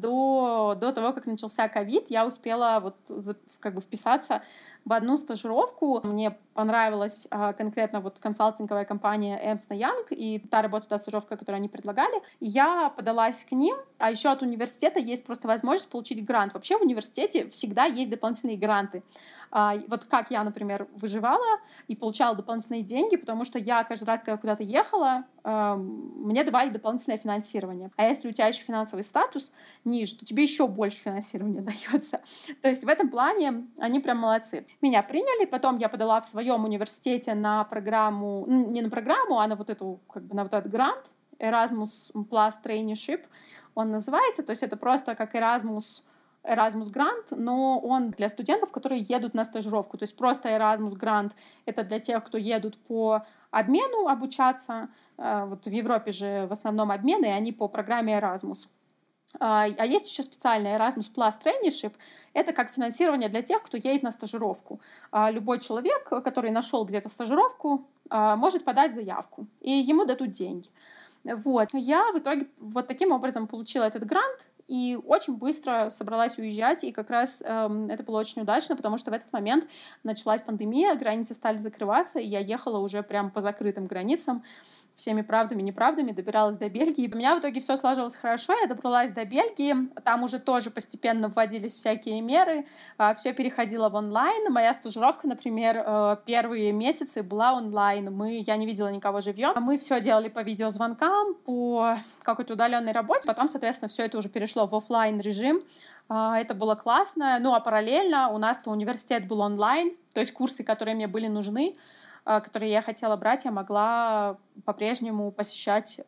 до того, как начался ковид, я успела вот как бы вписаться в одну стажировку. Мне понравилась конкретно вот консалтинговая компания Ernst Young и та работа, та стажировка, которую они предлагали. Я подалась к ним, а еще от университета есть просто возможность получить грант. Вообще в университете всегда есть дополнительные гранты. Вот как я, например, выживала и получала дополнительные деньги, потому что я каждый раз, когда куда-то ехала, мне давали дополнительное финансирование. А если у тебя еще финансовый статус ниже, то тебе еще больше финансирования дается. То есть в этом плане они прям молодцы. Меня приняли, потом я подала в своем университете на программу, не на программу, а на вот эту, как бы на вот этот грант, Erasmus Plus Traineeship он называется, то есть это просто как Erasmus Грант, но он для студентов, которые едут на стажировку. То есть просто Erasmus Грант — это для тех, кто едут по обмену обучаться. Вот в Европе же в основном обмены, и они по программе Erasmus. А есть еще специальный Erasmus Plus Traineeship. Это как финансирование для тех, кто едет на стажировку. Любой человек, который нашел где-то стажировку, может подать заявку, и ему дадут деньги. Вот. Я в итоге вот таким образом получила этот грант и очень быстро собралась уезжать, и как раз это было очень удачно, потому что в этот момент началась пандемия, границы стали закрываться, и я ехала уже прям по закрытым границам, всеми правдами и неправдами добиралась до Бельгии. У меня в итоге все сложилось хорошо, я добралась до Бельгии, там уже тоже постепенно вводились всякие меры, все переходило в онлайн. Моя стажировка, например, первые месяцы была онлайн, я не видела никого живьем, мы все делали по видеозвонкам, по какой-то удаленной работе, потом, соответственно, все это уже перешло в офлайн режим. Это было классно, ну а параллельно у нас-то университет был онлайн, то есть курсы, которые мне были нужны, которые я хотела брать, я могла по-прежнему посещать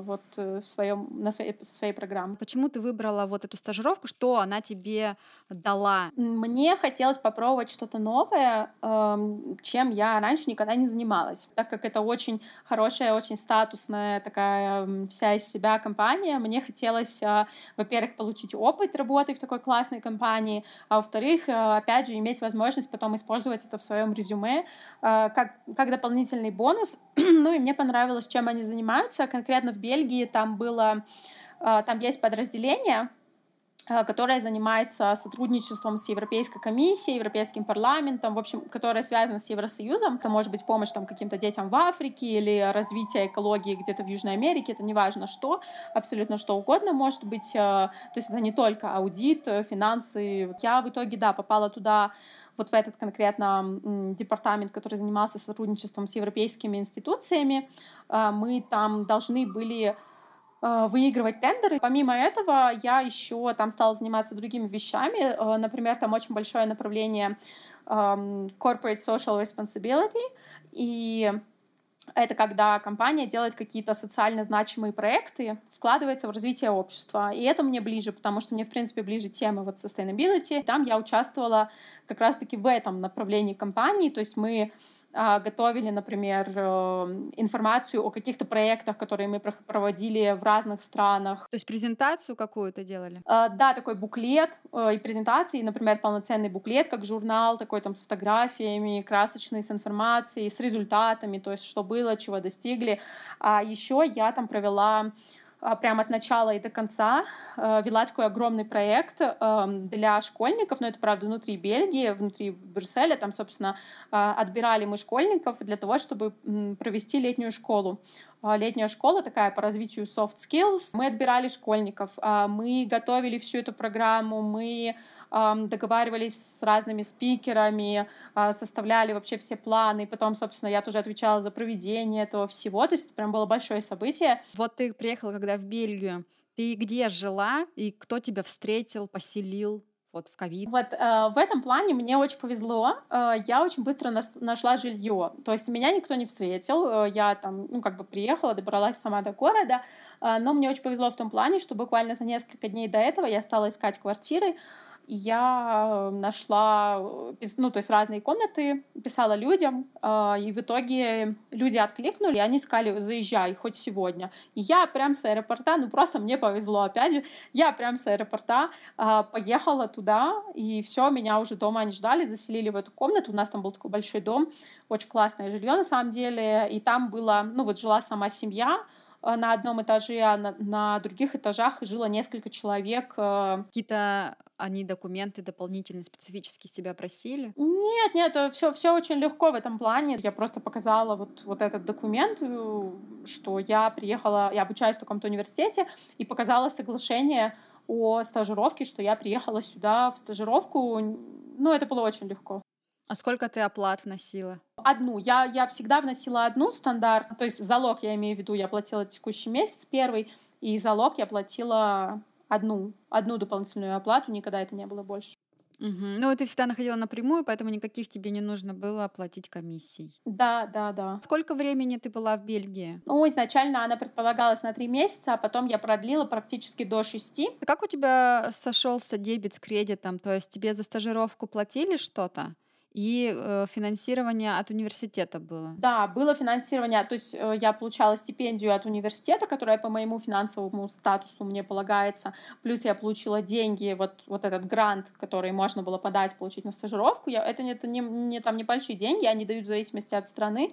со своей программы. Почему ты выбрала вот эту стажировку? Что она тебе дала? Мне хотелось попробовать что-то новое, чем я раньше никогда не занималась. Так как это очень хорошая, очень статусная такая вся из себя компания, мне хотелось, во-первых, получить опыт работы в такой классной компании, а во-вторых, опять же, иметь возможность потом использовать это в своем резюме как дополнительный бонус. Ну и мне понравилось, чем они занимаются. Конкретно в Бельгии там есть подразделение, которая занимается сотрудничеством с Европейской комиссией, Европейским парламентом, в общем, которая связана с Евросоюзом. Это может быть помощь там, каким-то детям в Африке или развитие экологии где-то в Южной Америке, это не важно что, абсолютно что угодно может быть. То есть это не только аудит, финансы. Я в итоге, да, попала туда, вот в этот конкретно департамент, который занимался сотрудничеством с европейскими институциями. Мы там должны были выигрывать тендеры. Помимо этого, я еще там стала заниматься другими вещами. Например, там очень большое направление Corporate Social Responsibility. И это когда компания делает какие-то социально значимые проекты, вкладывается в развитие общества. И это мне ближе, потому что мне, в принципе, ближе темы вот sustainability. Там я участвовала как раз-таки в этом направлении компании. То есть мы готовили, например, информацию о каких-то проектах, которые мы проводили в разных странах. То есть презентацию какую-то делали? Да, такой буклет и презентации, например, полноценный буклет, как журнал, такой там с фотографиями, красочный, с информацией, с результатами, то есть что было, чего достигли. А еще я там провела прямо от начала и до конца, вела такой огромный проект для школьников, но это, правда, внутри Бельгии, внутри Брюсселя, там, собственно, отбирали мы школьников для того, чтобы провести летнюю школу. Летняя школа такая по развитию soft skills. Мы отбирали школьников, мы готовили всю эту программу, мы договаривались с разными спикерами, составляли вообще все планы. Потом, собственно, я тоже отвечала за проведение этого всего. То есть это прям было большое событие. Вот ты приехала когда в Бельгию. Ты где жила и кто тебя встретил, поселил? Вот в ковид. Вот в этом плане мне очень повезло. Я очень быстро нашла жилье. То есть меня никто не встретил. Я там, ну, как бы приехала, добралась сама до города. Но мне очень повезло в том плане, что буквально за несколько дней до этого я стала искать квартиры. И я нашла, ну, то есть разные комнаты, писала людям, и в итоге люди откликнули, и они сказали: заезжай хоть сегодня. И я прям с аэропорта, ну просто мне повезло, опять же, я прям с аэропорта поехала туда, и все, меня уже дома они ждали, заселили в эту комнату, у нас там был такой большой дом, очень классное жилье на самом деле, и там была, ну вот жила сама семья, на одном этаже, а на других этажах жило несколько человек. Какие-то они документы дополнительно специфически себя просили? Нет, все очень легко в этом плане. Я просто показала вот этот документ, что я приехала, я обучаюсь в таком-то университете, и показала соглашение о стажировке, что я приехала сюда в стажировку. Ну, это было очень легко. А сколько ты оплат вносила? Одну. Я всегда вносила одну стандарт. То есть залог, я имею в виду, я платила текущий месяц первый, и залог я платила одну дополнительную оплату, никогда это не было больше. Мгм. Ну, ты всегда находила напрямую, поэтому никаких тебе не нужно было оплатить комиссий. Да. Сколько времени ты была в Бельгии? Ну, изначально она предполагалась на 3 месяца, а потом я продлила практически до 6. А как у тебя сошелся дебет с кредитом? То есть тебе за стажировку платили что-то? И финансирование от университета было? Да, было финансирование, то есть я получала стипендию от университета, которая по моему финансовому статусу мне полагается, плюс я получила деньги, вот этот грант, который можно было подать, получить на стажировку. Это не там небольшие деньги, они дают в зависимости от страны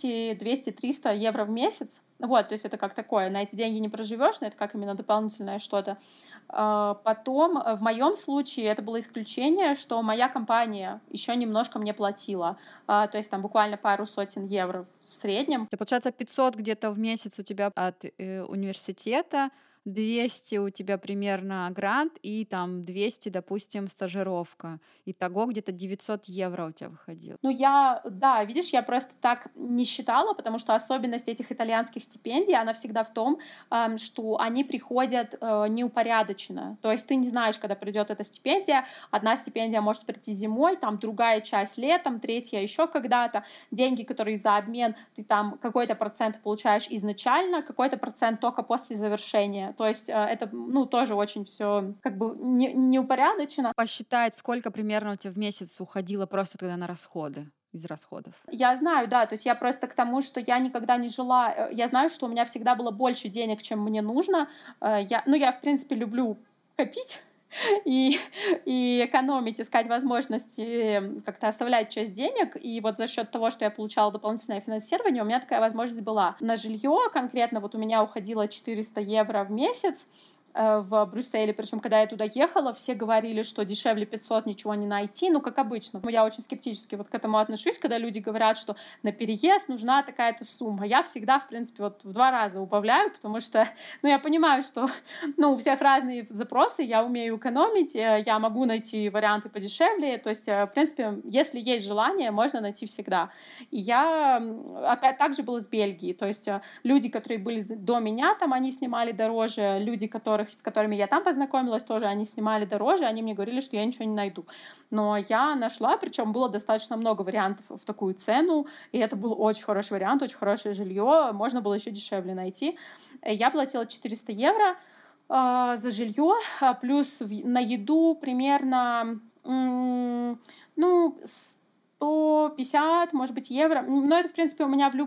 200-300 евро в месяц. Вот, то есть это как такое, на эти деньги не проживешь, но это как именно дополнительное что-то. Потом, в моем случае, это было исключение, что моя компания еще немножко мне платила. То есть там буквально пару сотен евро в среднем. То, получается, 500 где-то в месяц у тебя от университета, 200 у тебя примерно грант и там 200, допустим, стажировка. Итого где-то 900 евро у тебя выходило. Ну, да, видишь, я просто так не считала, потому что особенность этих итальянских стипендий, она всегда в том, что они приходят неупорядоченно. То есть ты не знаешь, когда придет эта стипендия. Одна стипендия может прийти зимой, там другая часть летом, третья еще когда-то. Деньги, которые за обмен, ты там какой-то процент получаешь изначально, какой-то процент только после завершения. То есть это, ну, тоже очень все как бы неупорядочено. Посчитать, сколько примерно у тебя в месяц уходило просто тогда на расходы, из расходов. Я знаю, да, то есть я просто к тому, что я никогда не жила, я знаю, что у меня всегда было больше денег, чем мне нужно. Я, в принципе, люблю копить и, и экономить, искать возможности как-то оставлять часть денег. И вот за счет того, что я получала дополнительное финансирование, у меня такая возможность была. На жилье конкретно вот у меня уходило 400 евро в месяц в Брюсселе, причем когда я туда ехала, все говорили, что дешевле 500 ничего не найти, ну, как обычно. Я очень скептически вот к этому отношусь, когда люди говорят, что на переезд нужна такая-то сумма. Я всегда, в принципе, вот в 2 раза убавляю, потому что, ну, я понимаю, что, ну, у всех разные запросы, я умею экономить, я могу найти варианты подешевле, то есть, в принципе, если есть желание, можно найти всегда. И я, опять так же было с Бельгией, то есть люди, которые были до меня, там они снимали дороже, люди, с которыми я там познакомилась, тоже они снимали дороже, они мне говорили, что я ничего не найду. Но я нашла, причем было достаточно много вариантов в такую цену, и это был очень хороший вариант, очень хорошее жилье, можно было еще дешевле найти. Я платила 400 евро за жилье, плюс на еду примерно, ну, 150, может быть, евро. Но это, в принципе, у меня в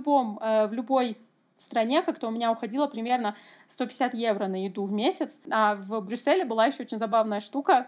любой стране как-то у меня уходило примерно 150 евро на еду в месяц. А в Брюсселе была еще очень забавная штука.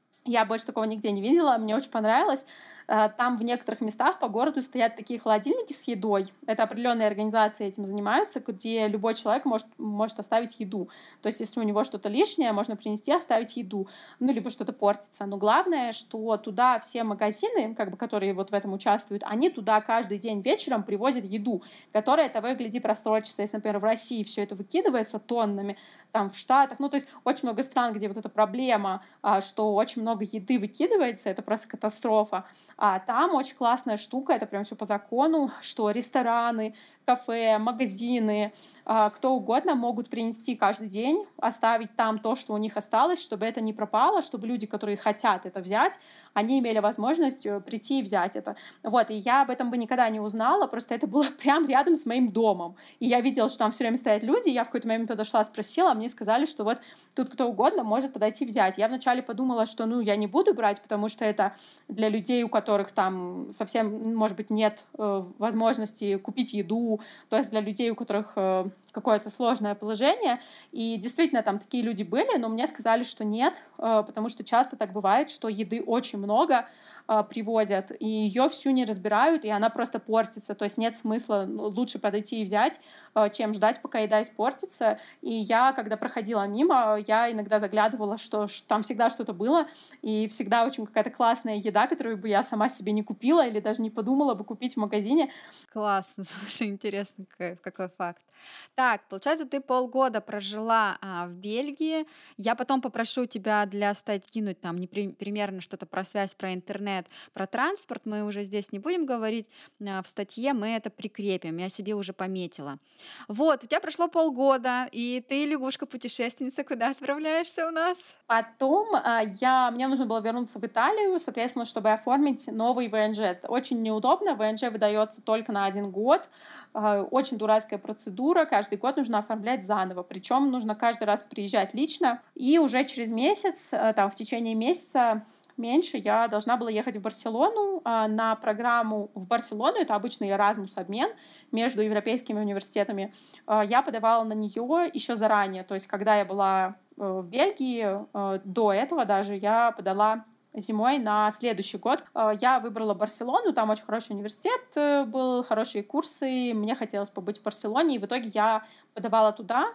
Я больше такого нигде не видела, мне очень понравилось. Там в некоторых местах по городу стоят такие холодильники с едой. Это определенные организации этим занимаются, где любой человек может оставить еду. То есть если у него что-то лишнее, можно принести, оставить еду. Ну, либо что-то портится. Но главное, что туда все магазины, как бы, которые вот в этом участвуют, они туда каждый день вечером привозят еду, которая, того и гляди, просрочится. Если, например, в России все это выкидывается тоннами, там в Штатах, ну, то есть очень много стран, где вот эта проблема, что очень много еды выкидывается, это просто катастрофа. А там очень классная штука, это прям все по закону, что рестораны, кафе, магазины, кто угодно могут принести каждый день, оставить там то, что у них осталось, чтобы это не пропало, чтобы люди, которые хотят это взять, они имели возможность прийти и взять это. Вот, и я об этом бы никогда не узнала, просто это было прям рядом с моим домом. И я видела, что там все время стоят люди, и я в какой-то момент подошла, спросила, а мне сказали, что вот тут кто угодно может подойти взять. Я вначале подумала, что, ну, я не буду брать, потому что это для людей, у которых там совсем, может быть, нет возможности купить еду, то есть для людей, у которых какое-то сложное положение. И действительно, там такие люди были, но мне сказали, что нет, потому что часто так бывает, что еды очень много привозят, и ее всю не разбирают, и она просто портится. То есть нет смысла, лучше подойти и взять, чем ждать, пока еда испортится. И я, когда проходила мимо, я иногда заглядывала, что там всегда что-то было, и всегда очень какая-то классная еда, которую бы я сама себе не купила или даже не подумала бы купить в магазине. Классно, слушай, интересно, какой факт. Так, получается, ты полгода прожила в Бельгии. Я потом попрошу тебя для стать кинуть там примерно что-то про связь, про интернет, про транспорт. Мы уже здесь не будем говорить. В статье мы это прикрепим. Я себе уже пометила. Вот, у тебя прошло полгода, и ты, лягушка-путешественница, куда отправляешься у нас? Потом мне нужно было вернуться в Италию, соответственно, чтобы оформить новый ВНЖ. Это очень неудобно. ВНЖ выдается только на 1 год. Очень дурацкая процедура. Каждый год нужно оформлять заново. Причем нужно каждый раз приезжать лично. И уже через месяц, там, в течение месяца меньше, я должна была ехать в Барселону на программу в Барселону. Это обычный Erasmus-обмен между европейскими университетами. Я подавала на нее еще заранее. То есть, когда я была в Бельгии, до этого даже я подала зимой на следующий год. Я выбрала Барселону, там очень хороший университет был, хорошие курсы, мне хотелось побыть в Барселоне, и в итоге я подавала туда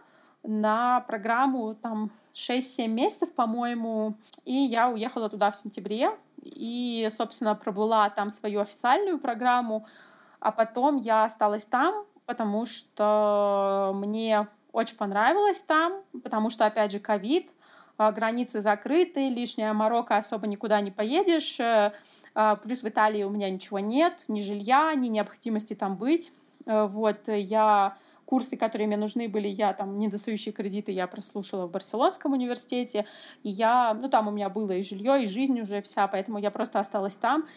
на программу там 6-7 месяцев, по-моему, и я уехала туда в сентябре, и, собственно, пробыла там свою официальную программу, а потом я осталась там, потому что мне очень понравилось там, потому что, опять же, ковид, границы закрыты, лишняя Марокко, особо никуда не поедешь. Плюс в Италии у меня ничего нет, ни жилья, ни необходимости там быть. Вот, курсы, которые мне нужны были, я там недостающие кредиты я прослушала в Барселонском университете, и там у меня было и жилье, и жизнь уже вся, поэтому я просто осталась там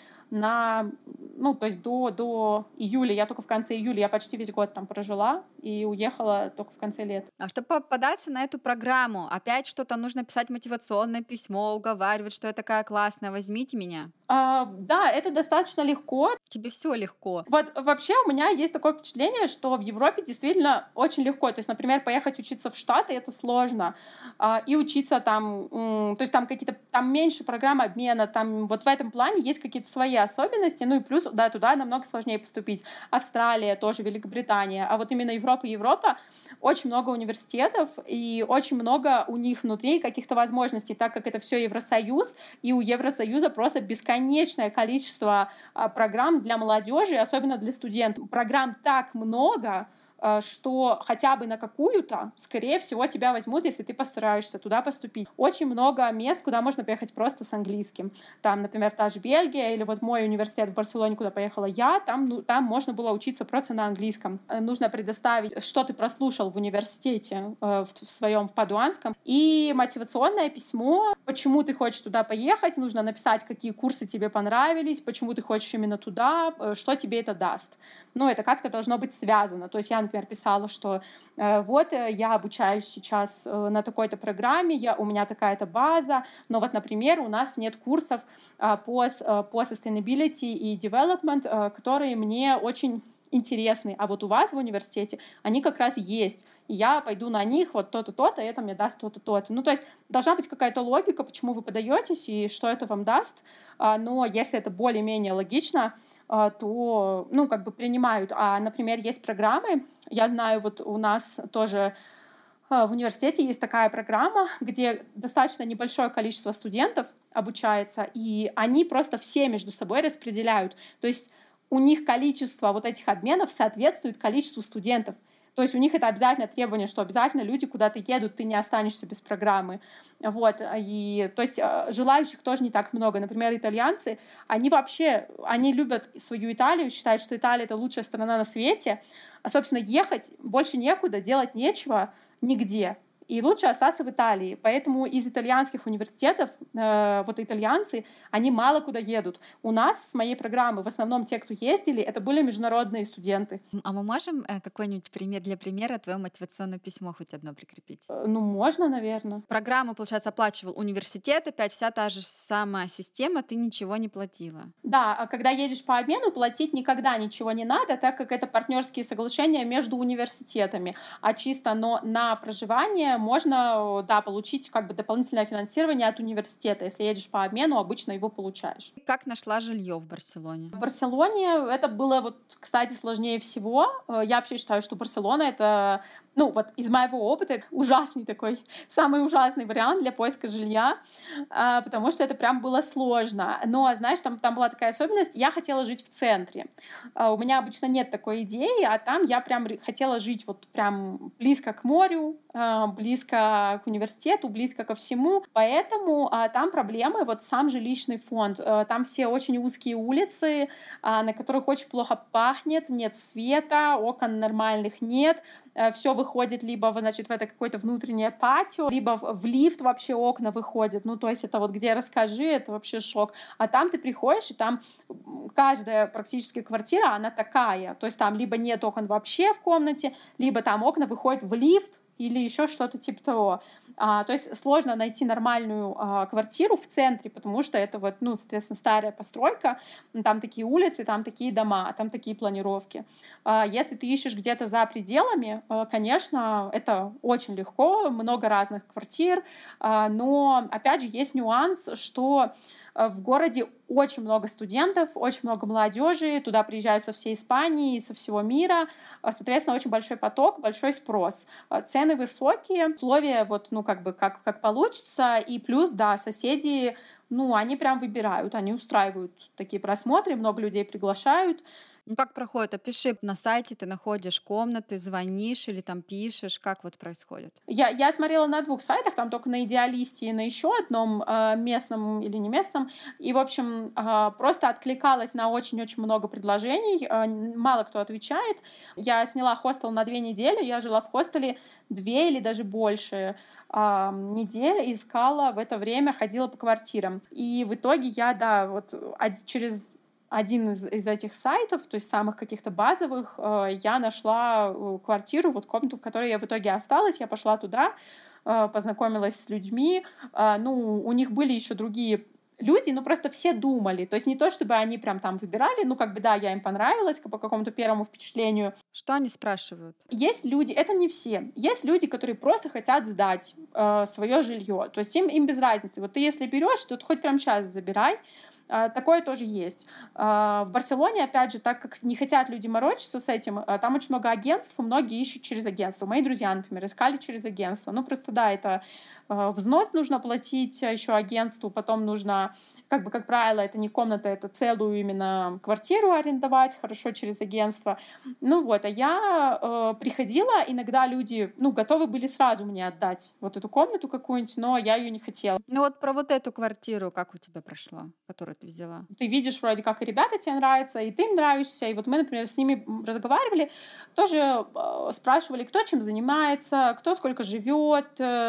то есть до июля, я только в конце июля, я почти весь год там прожила и уехала только в конце лета. А чтобы податься на эту программу, опять что-то нужно писать мотивационное письмо, уговаривать, что я такая классная, возьмите меня. Да, это достаточно легко. Тебе все легко. Вот вообще у меня есть такое впечатление, что в Европе действительно очень легко. То есть, например, поехать учиться в Штаты — это сложно. И учиться там, то есть там какие-то, там меньше программ обмена, там вот в этом плане есть какие-то свои особенности. Ну и плюс, да, туда намного сложнее поступить. Австралия тоже, Великобритания. А вот именно Европа, очень много университетов, и очень много у них внутри каких-то возможностей, так как это все Евросоюз, и у Евросоюза просто бесконечное количество программ для молодежи, особенно для студентов. Программ так много, что хотя бы на какую-то, скорее всего, тебя возьмут, если ты постараешься туда поступить. Очень много мест, куда можно поехать просто с английским. Там, например, та же Бельгия, или вот мой университет в Барселоне, куда поехала я, там можно было учиться просто на английском. Нужно предоставить, что ты прослушал в университете в своем, в падуанском, и мотивационное письмо, почему ты хочешь туда поехать, нужно написать, какие курсы тебе понравились, почему ты хочешь именно туда, что тебе это даст. Это как-то должно быть связано. То есть я, например, писала, что я обучаюсь сейчас на такой-то программе, у меня такая-то база, но вот, например, у нас нет курсов по sustainability и development, которые мне очень интересны, а вот у вас в университете они как раз есть, и я пойду на них, вот то-то, то-то, и это мне даст то-то, то-то. То есть должна быть какая-то логика, почему вы подаетесь и что это вам даст, но если это более-менее логично, то, принимают. Например, есть программы, я знаю, вот у нас тоже в университете есть такая программа, где достаточно небольшое количество студентов обучается, и они просто все между собой распределяют. То есть у них количество вот этих обменов соответствует количеству студентов. То есть у них это обязательно требование, что обязательно люди куда-то едут, ты не останешься без программы. Вот. И, то есть желающих тоже не так много. Например, итальянцы, они любят свою Италию, считают, что Италия — это лучшая страна на свете. А, собственно, ехать больше некуда, делать нечего нигде. И лучше остаться в Италии. Поэтому из итальянских университетов итальянцы, они мало куда едут. У нас с моей программы в основном те, кто ездили, это были международные студенты. А мы можем какой-нибудь для примера твое мотивационное письмо хоть одно прикрепить? Можно, наверное. Программу, получается, оплачивал университет, опять вся та же самая система, ты ничего не платила. Да, а когда едешь по обмену, платить никогда ничего не надо, так как это партнерские соглашения между университетами. А чисто на проживание можно, получить дополнительное финансирование от университета. Если едешь по обмену, обычно его получаешь. Как нашла жилье в Барселоне? В Барселоне это было, кстати, сложнее всего. Я вообще считаю, что Барселона — это, из моего опыта, ужасный такой, самый ужасный вариант для поиска жилья, потому что это прям было сложно. Но, знаешь, там была такая особенность, я хотела жить в центре. У меня обычно нет такой идеи, а там я прям хотела жить прям близко к морю, близко к университету, близко ко всему. Поэтому там проблемы, сам жилищный фонд. Там все очень узкие улицы, на которых очень плохо пахнет, нет света, окон нормальных нет. Все выходит либо, в это какое-то внутреннее патио, либо в лифт вообще окна выходят. То есть это где расскажи, это вообще шок. А там ты приходишь, и там каждая практически квартира, она такая. То есть там либо нет окон вообще в комнате, либо там окна выходят в лифт, или еще что-то типа того. То есть сложно найти нормальную квартиру в центре, потому что это соответственно, старая постройка, там такие улицы, там такие дома, там такие планировки. Если ты ищешь где-то за пределами, конечно, это очень легко, много разных квартир, но, опять же, есть нюанс, что в городе очень много студентов, очень много молодежи, туда приезжают со всей Испании, со всего мира, соответственно, очень большой поток, большой спрос. Цены высокие, условия вот, ну, как бы, как получится, и плюс, да, соседи, ну, они прям выбирают, они устраивают такие просмотры, много людей приглашают. Ну, как проходит? Опиши, на сайте ты находишь комнаты, звонишь или там пишешь, как вот происходит? Я смотрела на 2 сайтах, там только на «Идеалисте» и на еще одном, местном или не местном. И, в общем, просто откликалась на очень-очень много предложений. Мало кто отвечает. Я сняла хостел на 2 недели. Я жила в хостеле 2 или даже больше недель. Искала в это время, ходила по квартирам. И в итоге я, да, вот через один из этих сайтов, то есть самых каких-то базовых, я нашла квартиру, вот комнату, в которой я в итоге осталась. Я пошла туда, познакомилась с людьми. Ну, у них были еще другие люди, но просто все думали. То есть не то, чтобы они прям там выбирали, ну, как бы, да, я им понравилась по какому-то первому впечатлению. Что они спрашивают? Есть люди, это не все, есть люди, которые просто хотят сдать свое жилье. То есть им без разницы. Вот ты если берешь, то ты хоть прямо сейчас забирай. Такое тоже есть. В Барселоне, опять же, так как не хотят люди морочиться с этим, там очень много агентств, и многие ищут через агентство. Мои друзья, например, искали через агентство. Ну, просто, да, это взнос нужно платить еще агентству, потом нужно, как правило, это не комната, это целую именно квартиру арендовать, хорошо через агентство. Ну вот, а я приходила, иногда люди, ну, готовы были сразу мне отдать вот эту комнату какую-нибудь, но я ее не хотела. Ну вот про вот эту квартиру как у тебя прошла, которую ты взяла? Ты видишь вроде как и ребята тебе нравятся, и ты им нравишься. И вот мы, например, с ними разговаривали, тоже спрашивали, кто чем занимается, кто сколько живет,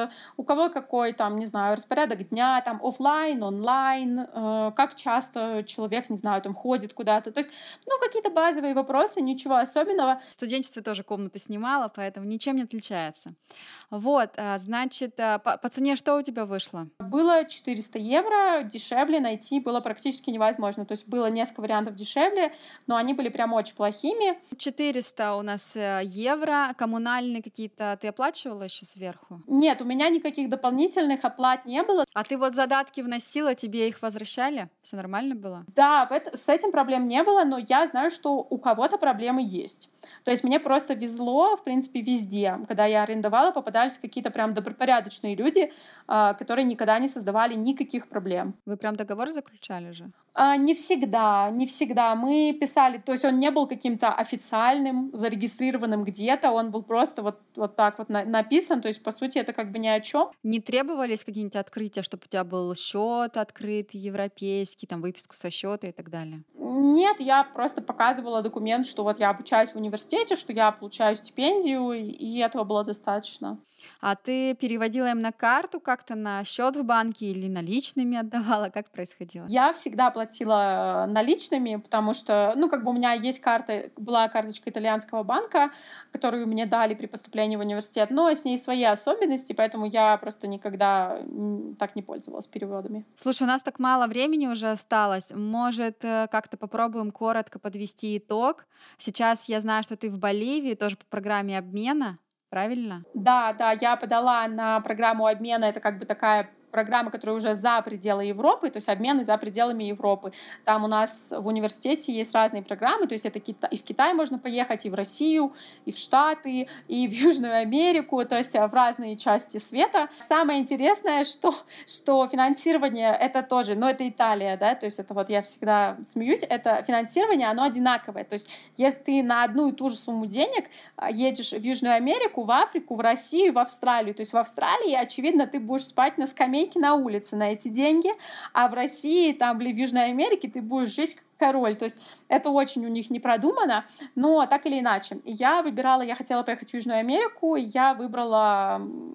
у кого какой там, не знаю, распорядок дня, там офлайн, онлайн, как часто человек, не знаю, там ходит куда-то. То есть, ну, какие-то базовые вопросы, ничего особенного. В студенчестве тоже комнаты снимала, поэтому ничем не отличается. Вот, значит, по цене что у тебя вышло? Было 400 евро, дешевле найти было практически невозможно. То есть было несколько вариантов дешевле, но они были прям очень плохими. 400 у нас евро, коммунальные какие-то ты оплачивала еще сверху? Нет, у меня никаких дополнительных оплат не было. А ты вот задатки вносила, тебе их возвращали? Все нормально было? Да, с этим проблем не было, но я знаю, что у кого-то проблемы есть. То есть мне просто везло, в принципе, везде. Когда я арендовала, попадались какие-то прям добропорядочные люди, которые никогда не создавали никаких проблем. Вы прям договор заключали же? Не всегда, не всегда. Мы писали, то есть он не был каким-то официальным, зарегистрированным где-то, он был просто вот так вот написан, то есть, по сути, это как бы ни о чем. Не требовались какие-нибудь открытия, чтобы у тебя был счет открыт европейский, там выписку со счета и так далее? Нет, я просто показывала документ, что вот я обучаюсь в университете, что я получаю стипендию, и этого было достаточно. А ты переводила им на карту как-то, на счет в банке или наличными отдавала? Как происходило? Я всегда платила наличными, потому что, ну, как бы у меня есть была карточка итальянского банка, которую мне дали при поступлении в университет, но с ней свои особенности, поэтому я просто никогда так не пользовалась переводами. Слушай, у нас так мало времени уже осталось. Может, как-то попробуем коротко подвести итог? Сейчас я знаю, что ты в Боливии, тоже по программе обмена, правильно? Да, да, я подала на программу обмена, это как бы такая программа, которая уже за пределы Европы, то есть обмены за пределами Европы. Там у нас в университете есть разные программы, то есть это и в Китай можно поехать, и в Россию, и в Штаты, и в Южную Америку, то есть в разные части света. Самое интересное, что финансирование это тоже, но это Италия, да, то есть это вот я всегда смеюсь, это финансирование, оно одинаковое, то есть если ты на одну и ту же сумму денег едешь в Южную Америку, в Африку, в Россию, в Австралию, то есть в Австралии, очевидно, ты будешь спать на скамейке на улице на эти деньги, а в России там, или в Южной Америке ты будешь жить как король. То есть это очень у них не продумано, но так или иначе. Я хотела поехать в Южную Америку, я выбрала,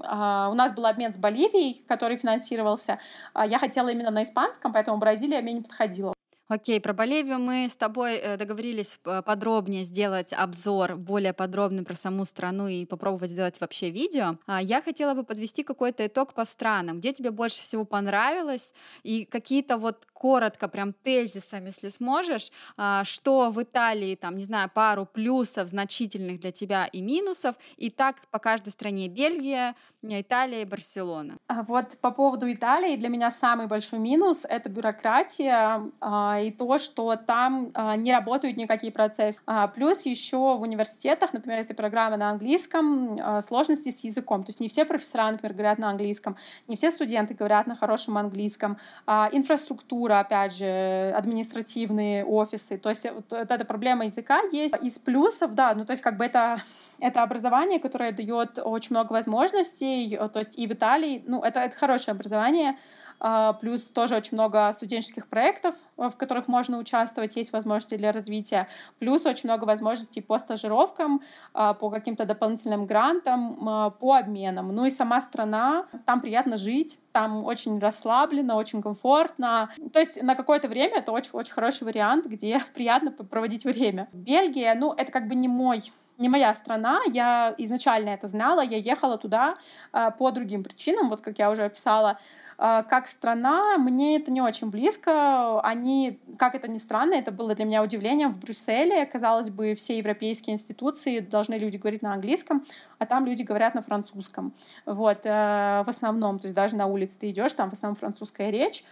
у нас был обмен с Боливией, который финансировался, я хотела именно на испанском, поэтому Бразилия мне не подходила. Окей, про Боливию мы с тобой договорились подробнее сделать обзор, более подробный про саму страну и попробовать сделать вообще видео. Я хотела бы подвести какой-то итог по странам, где тебе больше всего понравилось и какие-то вот коротко, прям тезисом, если сможешь, что в Италии, там, не знаю, пару плюсов значительных для тебя и минусов, и так по каждой стране: Бельгия, Италия и Барселона. Вот по поводу Италии для меня самый большой минус — это бюрократия и то, что там не работают никакие процессы. Плюс еще в университетах, например, если программа на английском, сложности с языком. То есть не все профессора, например, говорят на английском, не все студенты говорят на хорошем английском. Инфраструктура, опять же, административные офисы. То есть вот эта проблема языка есть. Из плюсов, да, ну то есть как бы это образование, которое дает очень много возможностей, то есть и в Италии, ну, это хорошее образование, плюс тоже очень много студенческих проектов, в которых можно участвовать, есть возможности для развития, плюс очень много возможностей по стажировкам, по каким-то дополнительным грантам, по обменам. Ну и сама страна, там приятно жить, там очень расслабленно, очень комфортно. То есть на какое-то время это очень хороший вариант, где приятно проводить время. Бельгия, ну, это как бы не моя страна, я изначально это знала, я ехала туда по другим причинам, вот как я уже описала. Как страна, мне это не очень близко. Они, как это ни странно, это было для меня удивлением в Брюсселе. Казалось бы, все европейские институции должны люди говорить на английском, а там люди говорят на французском. Вот, в основном, то есть даже на улице ты идешь, там в основном французская речь.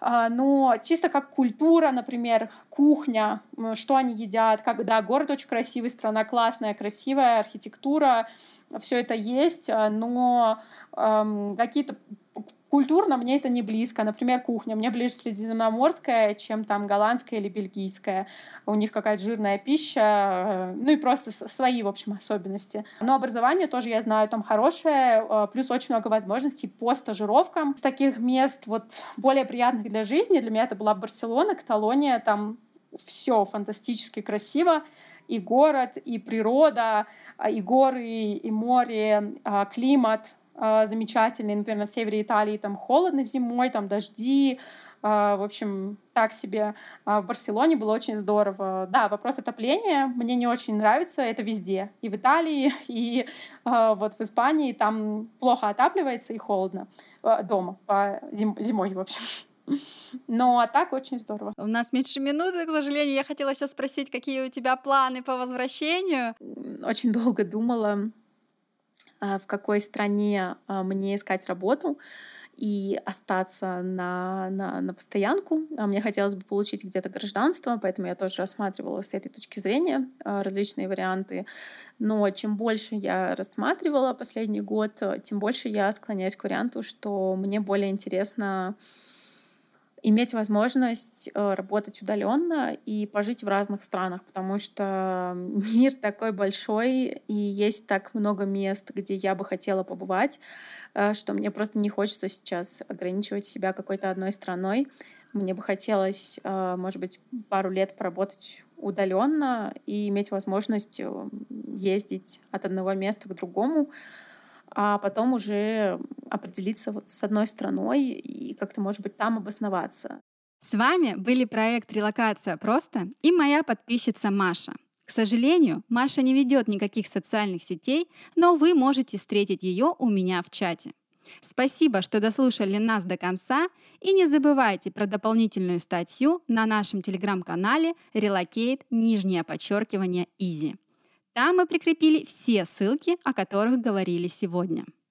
Но чисто как культура, например, кухня, что они едят, да, город очень красивый, страна классная, красивая, архитектура, все это есть, но какие-то культурно мне это не близко. Например, кухня. Мне ближе средиземноморская, чем там голландская или бельгийская. У них какая-то жирная пища, ну и просто свои, в общем, особенности. Но образование тоже, я знаю, там хорошее, плюс очень много возможностей по стажировкам. С таких мест вот более приятных для жизни для меня это была Барселона, Каталония. Там все фантастически красиво. И город, и природа, и горы, и море, климат замечательный. Например, на севере Италии там холодно зимой, там дожди. В общем, так себе. В Барселоне было очень здорово. Да, вопрос отопления мне не очень нравится. Это везде. И в Италии, и вот в Испании. Там плохо отапливается и холодно. Дома, зимой, в общем. Но а так очень здорово. У нас меньше минуты, к сожалению. Я хотела сейчас спросить, какие у тебя планы по возвращению? Очень долго думала, в какой стране мне искать работу и остаться на постоянку. Мне хотелось бы получить где-то гражданство, поэтому я тоже рассматривала с этой точки зрения различные варианты. Но чем больше я рассматривала последний год, тем больше я склоняюсь к варианту, что мне более интересно иметь возможность работать удаленно и пожить в разных странах, потому что мир такой большой, и есть так много мест, где я бы хотела побывать, что мне просто не хочется сейчас ограничивать себя какой-то одной страной. Мне бы хотелось, может быть, пару лет поработать удаленно и иметь возможность ездить от одного места к другому, а потом уже определиться вот с одной страной и как-то, может быть, там обосноваться. С вами были проект «Релокация просто» и моя подписчица Маша. К сожалению, Маша не ведет никаких социальных сетей, но вы можете встретить ее у меня в чате. Спасибо, что дослушали нас до конца, и не забывайте про дополнительную статью на нашем телеграм-канале Relocate_Easy. Там мы прикрепили все ссылки, о которых говорили сегодня.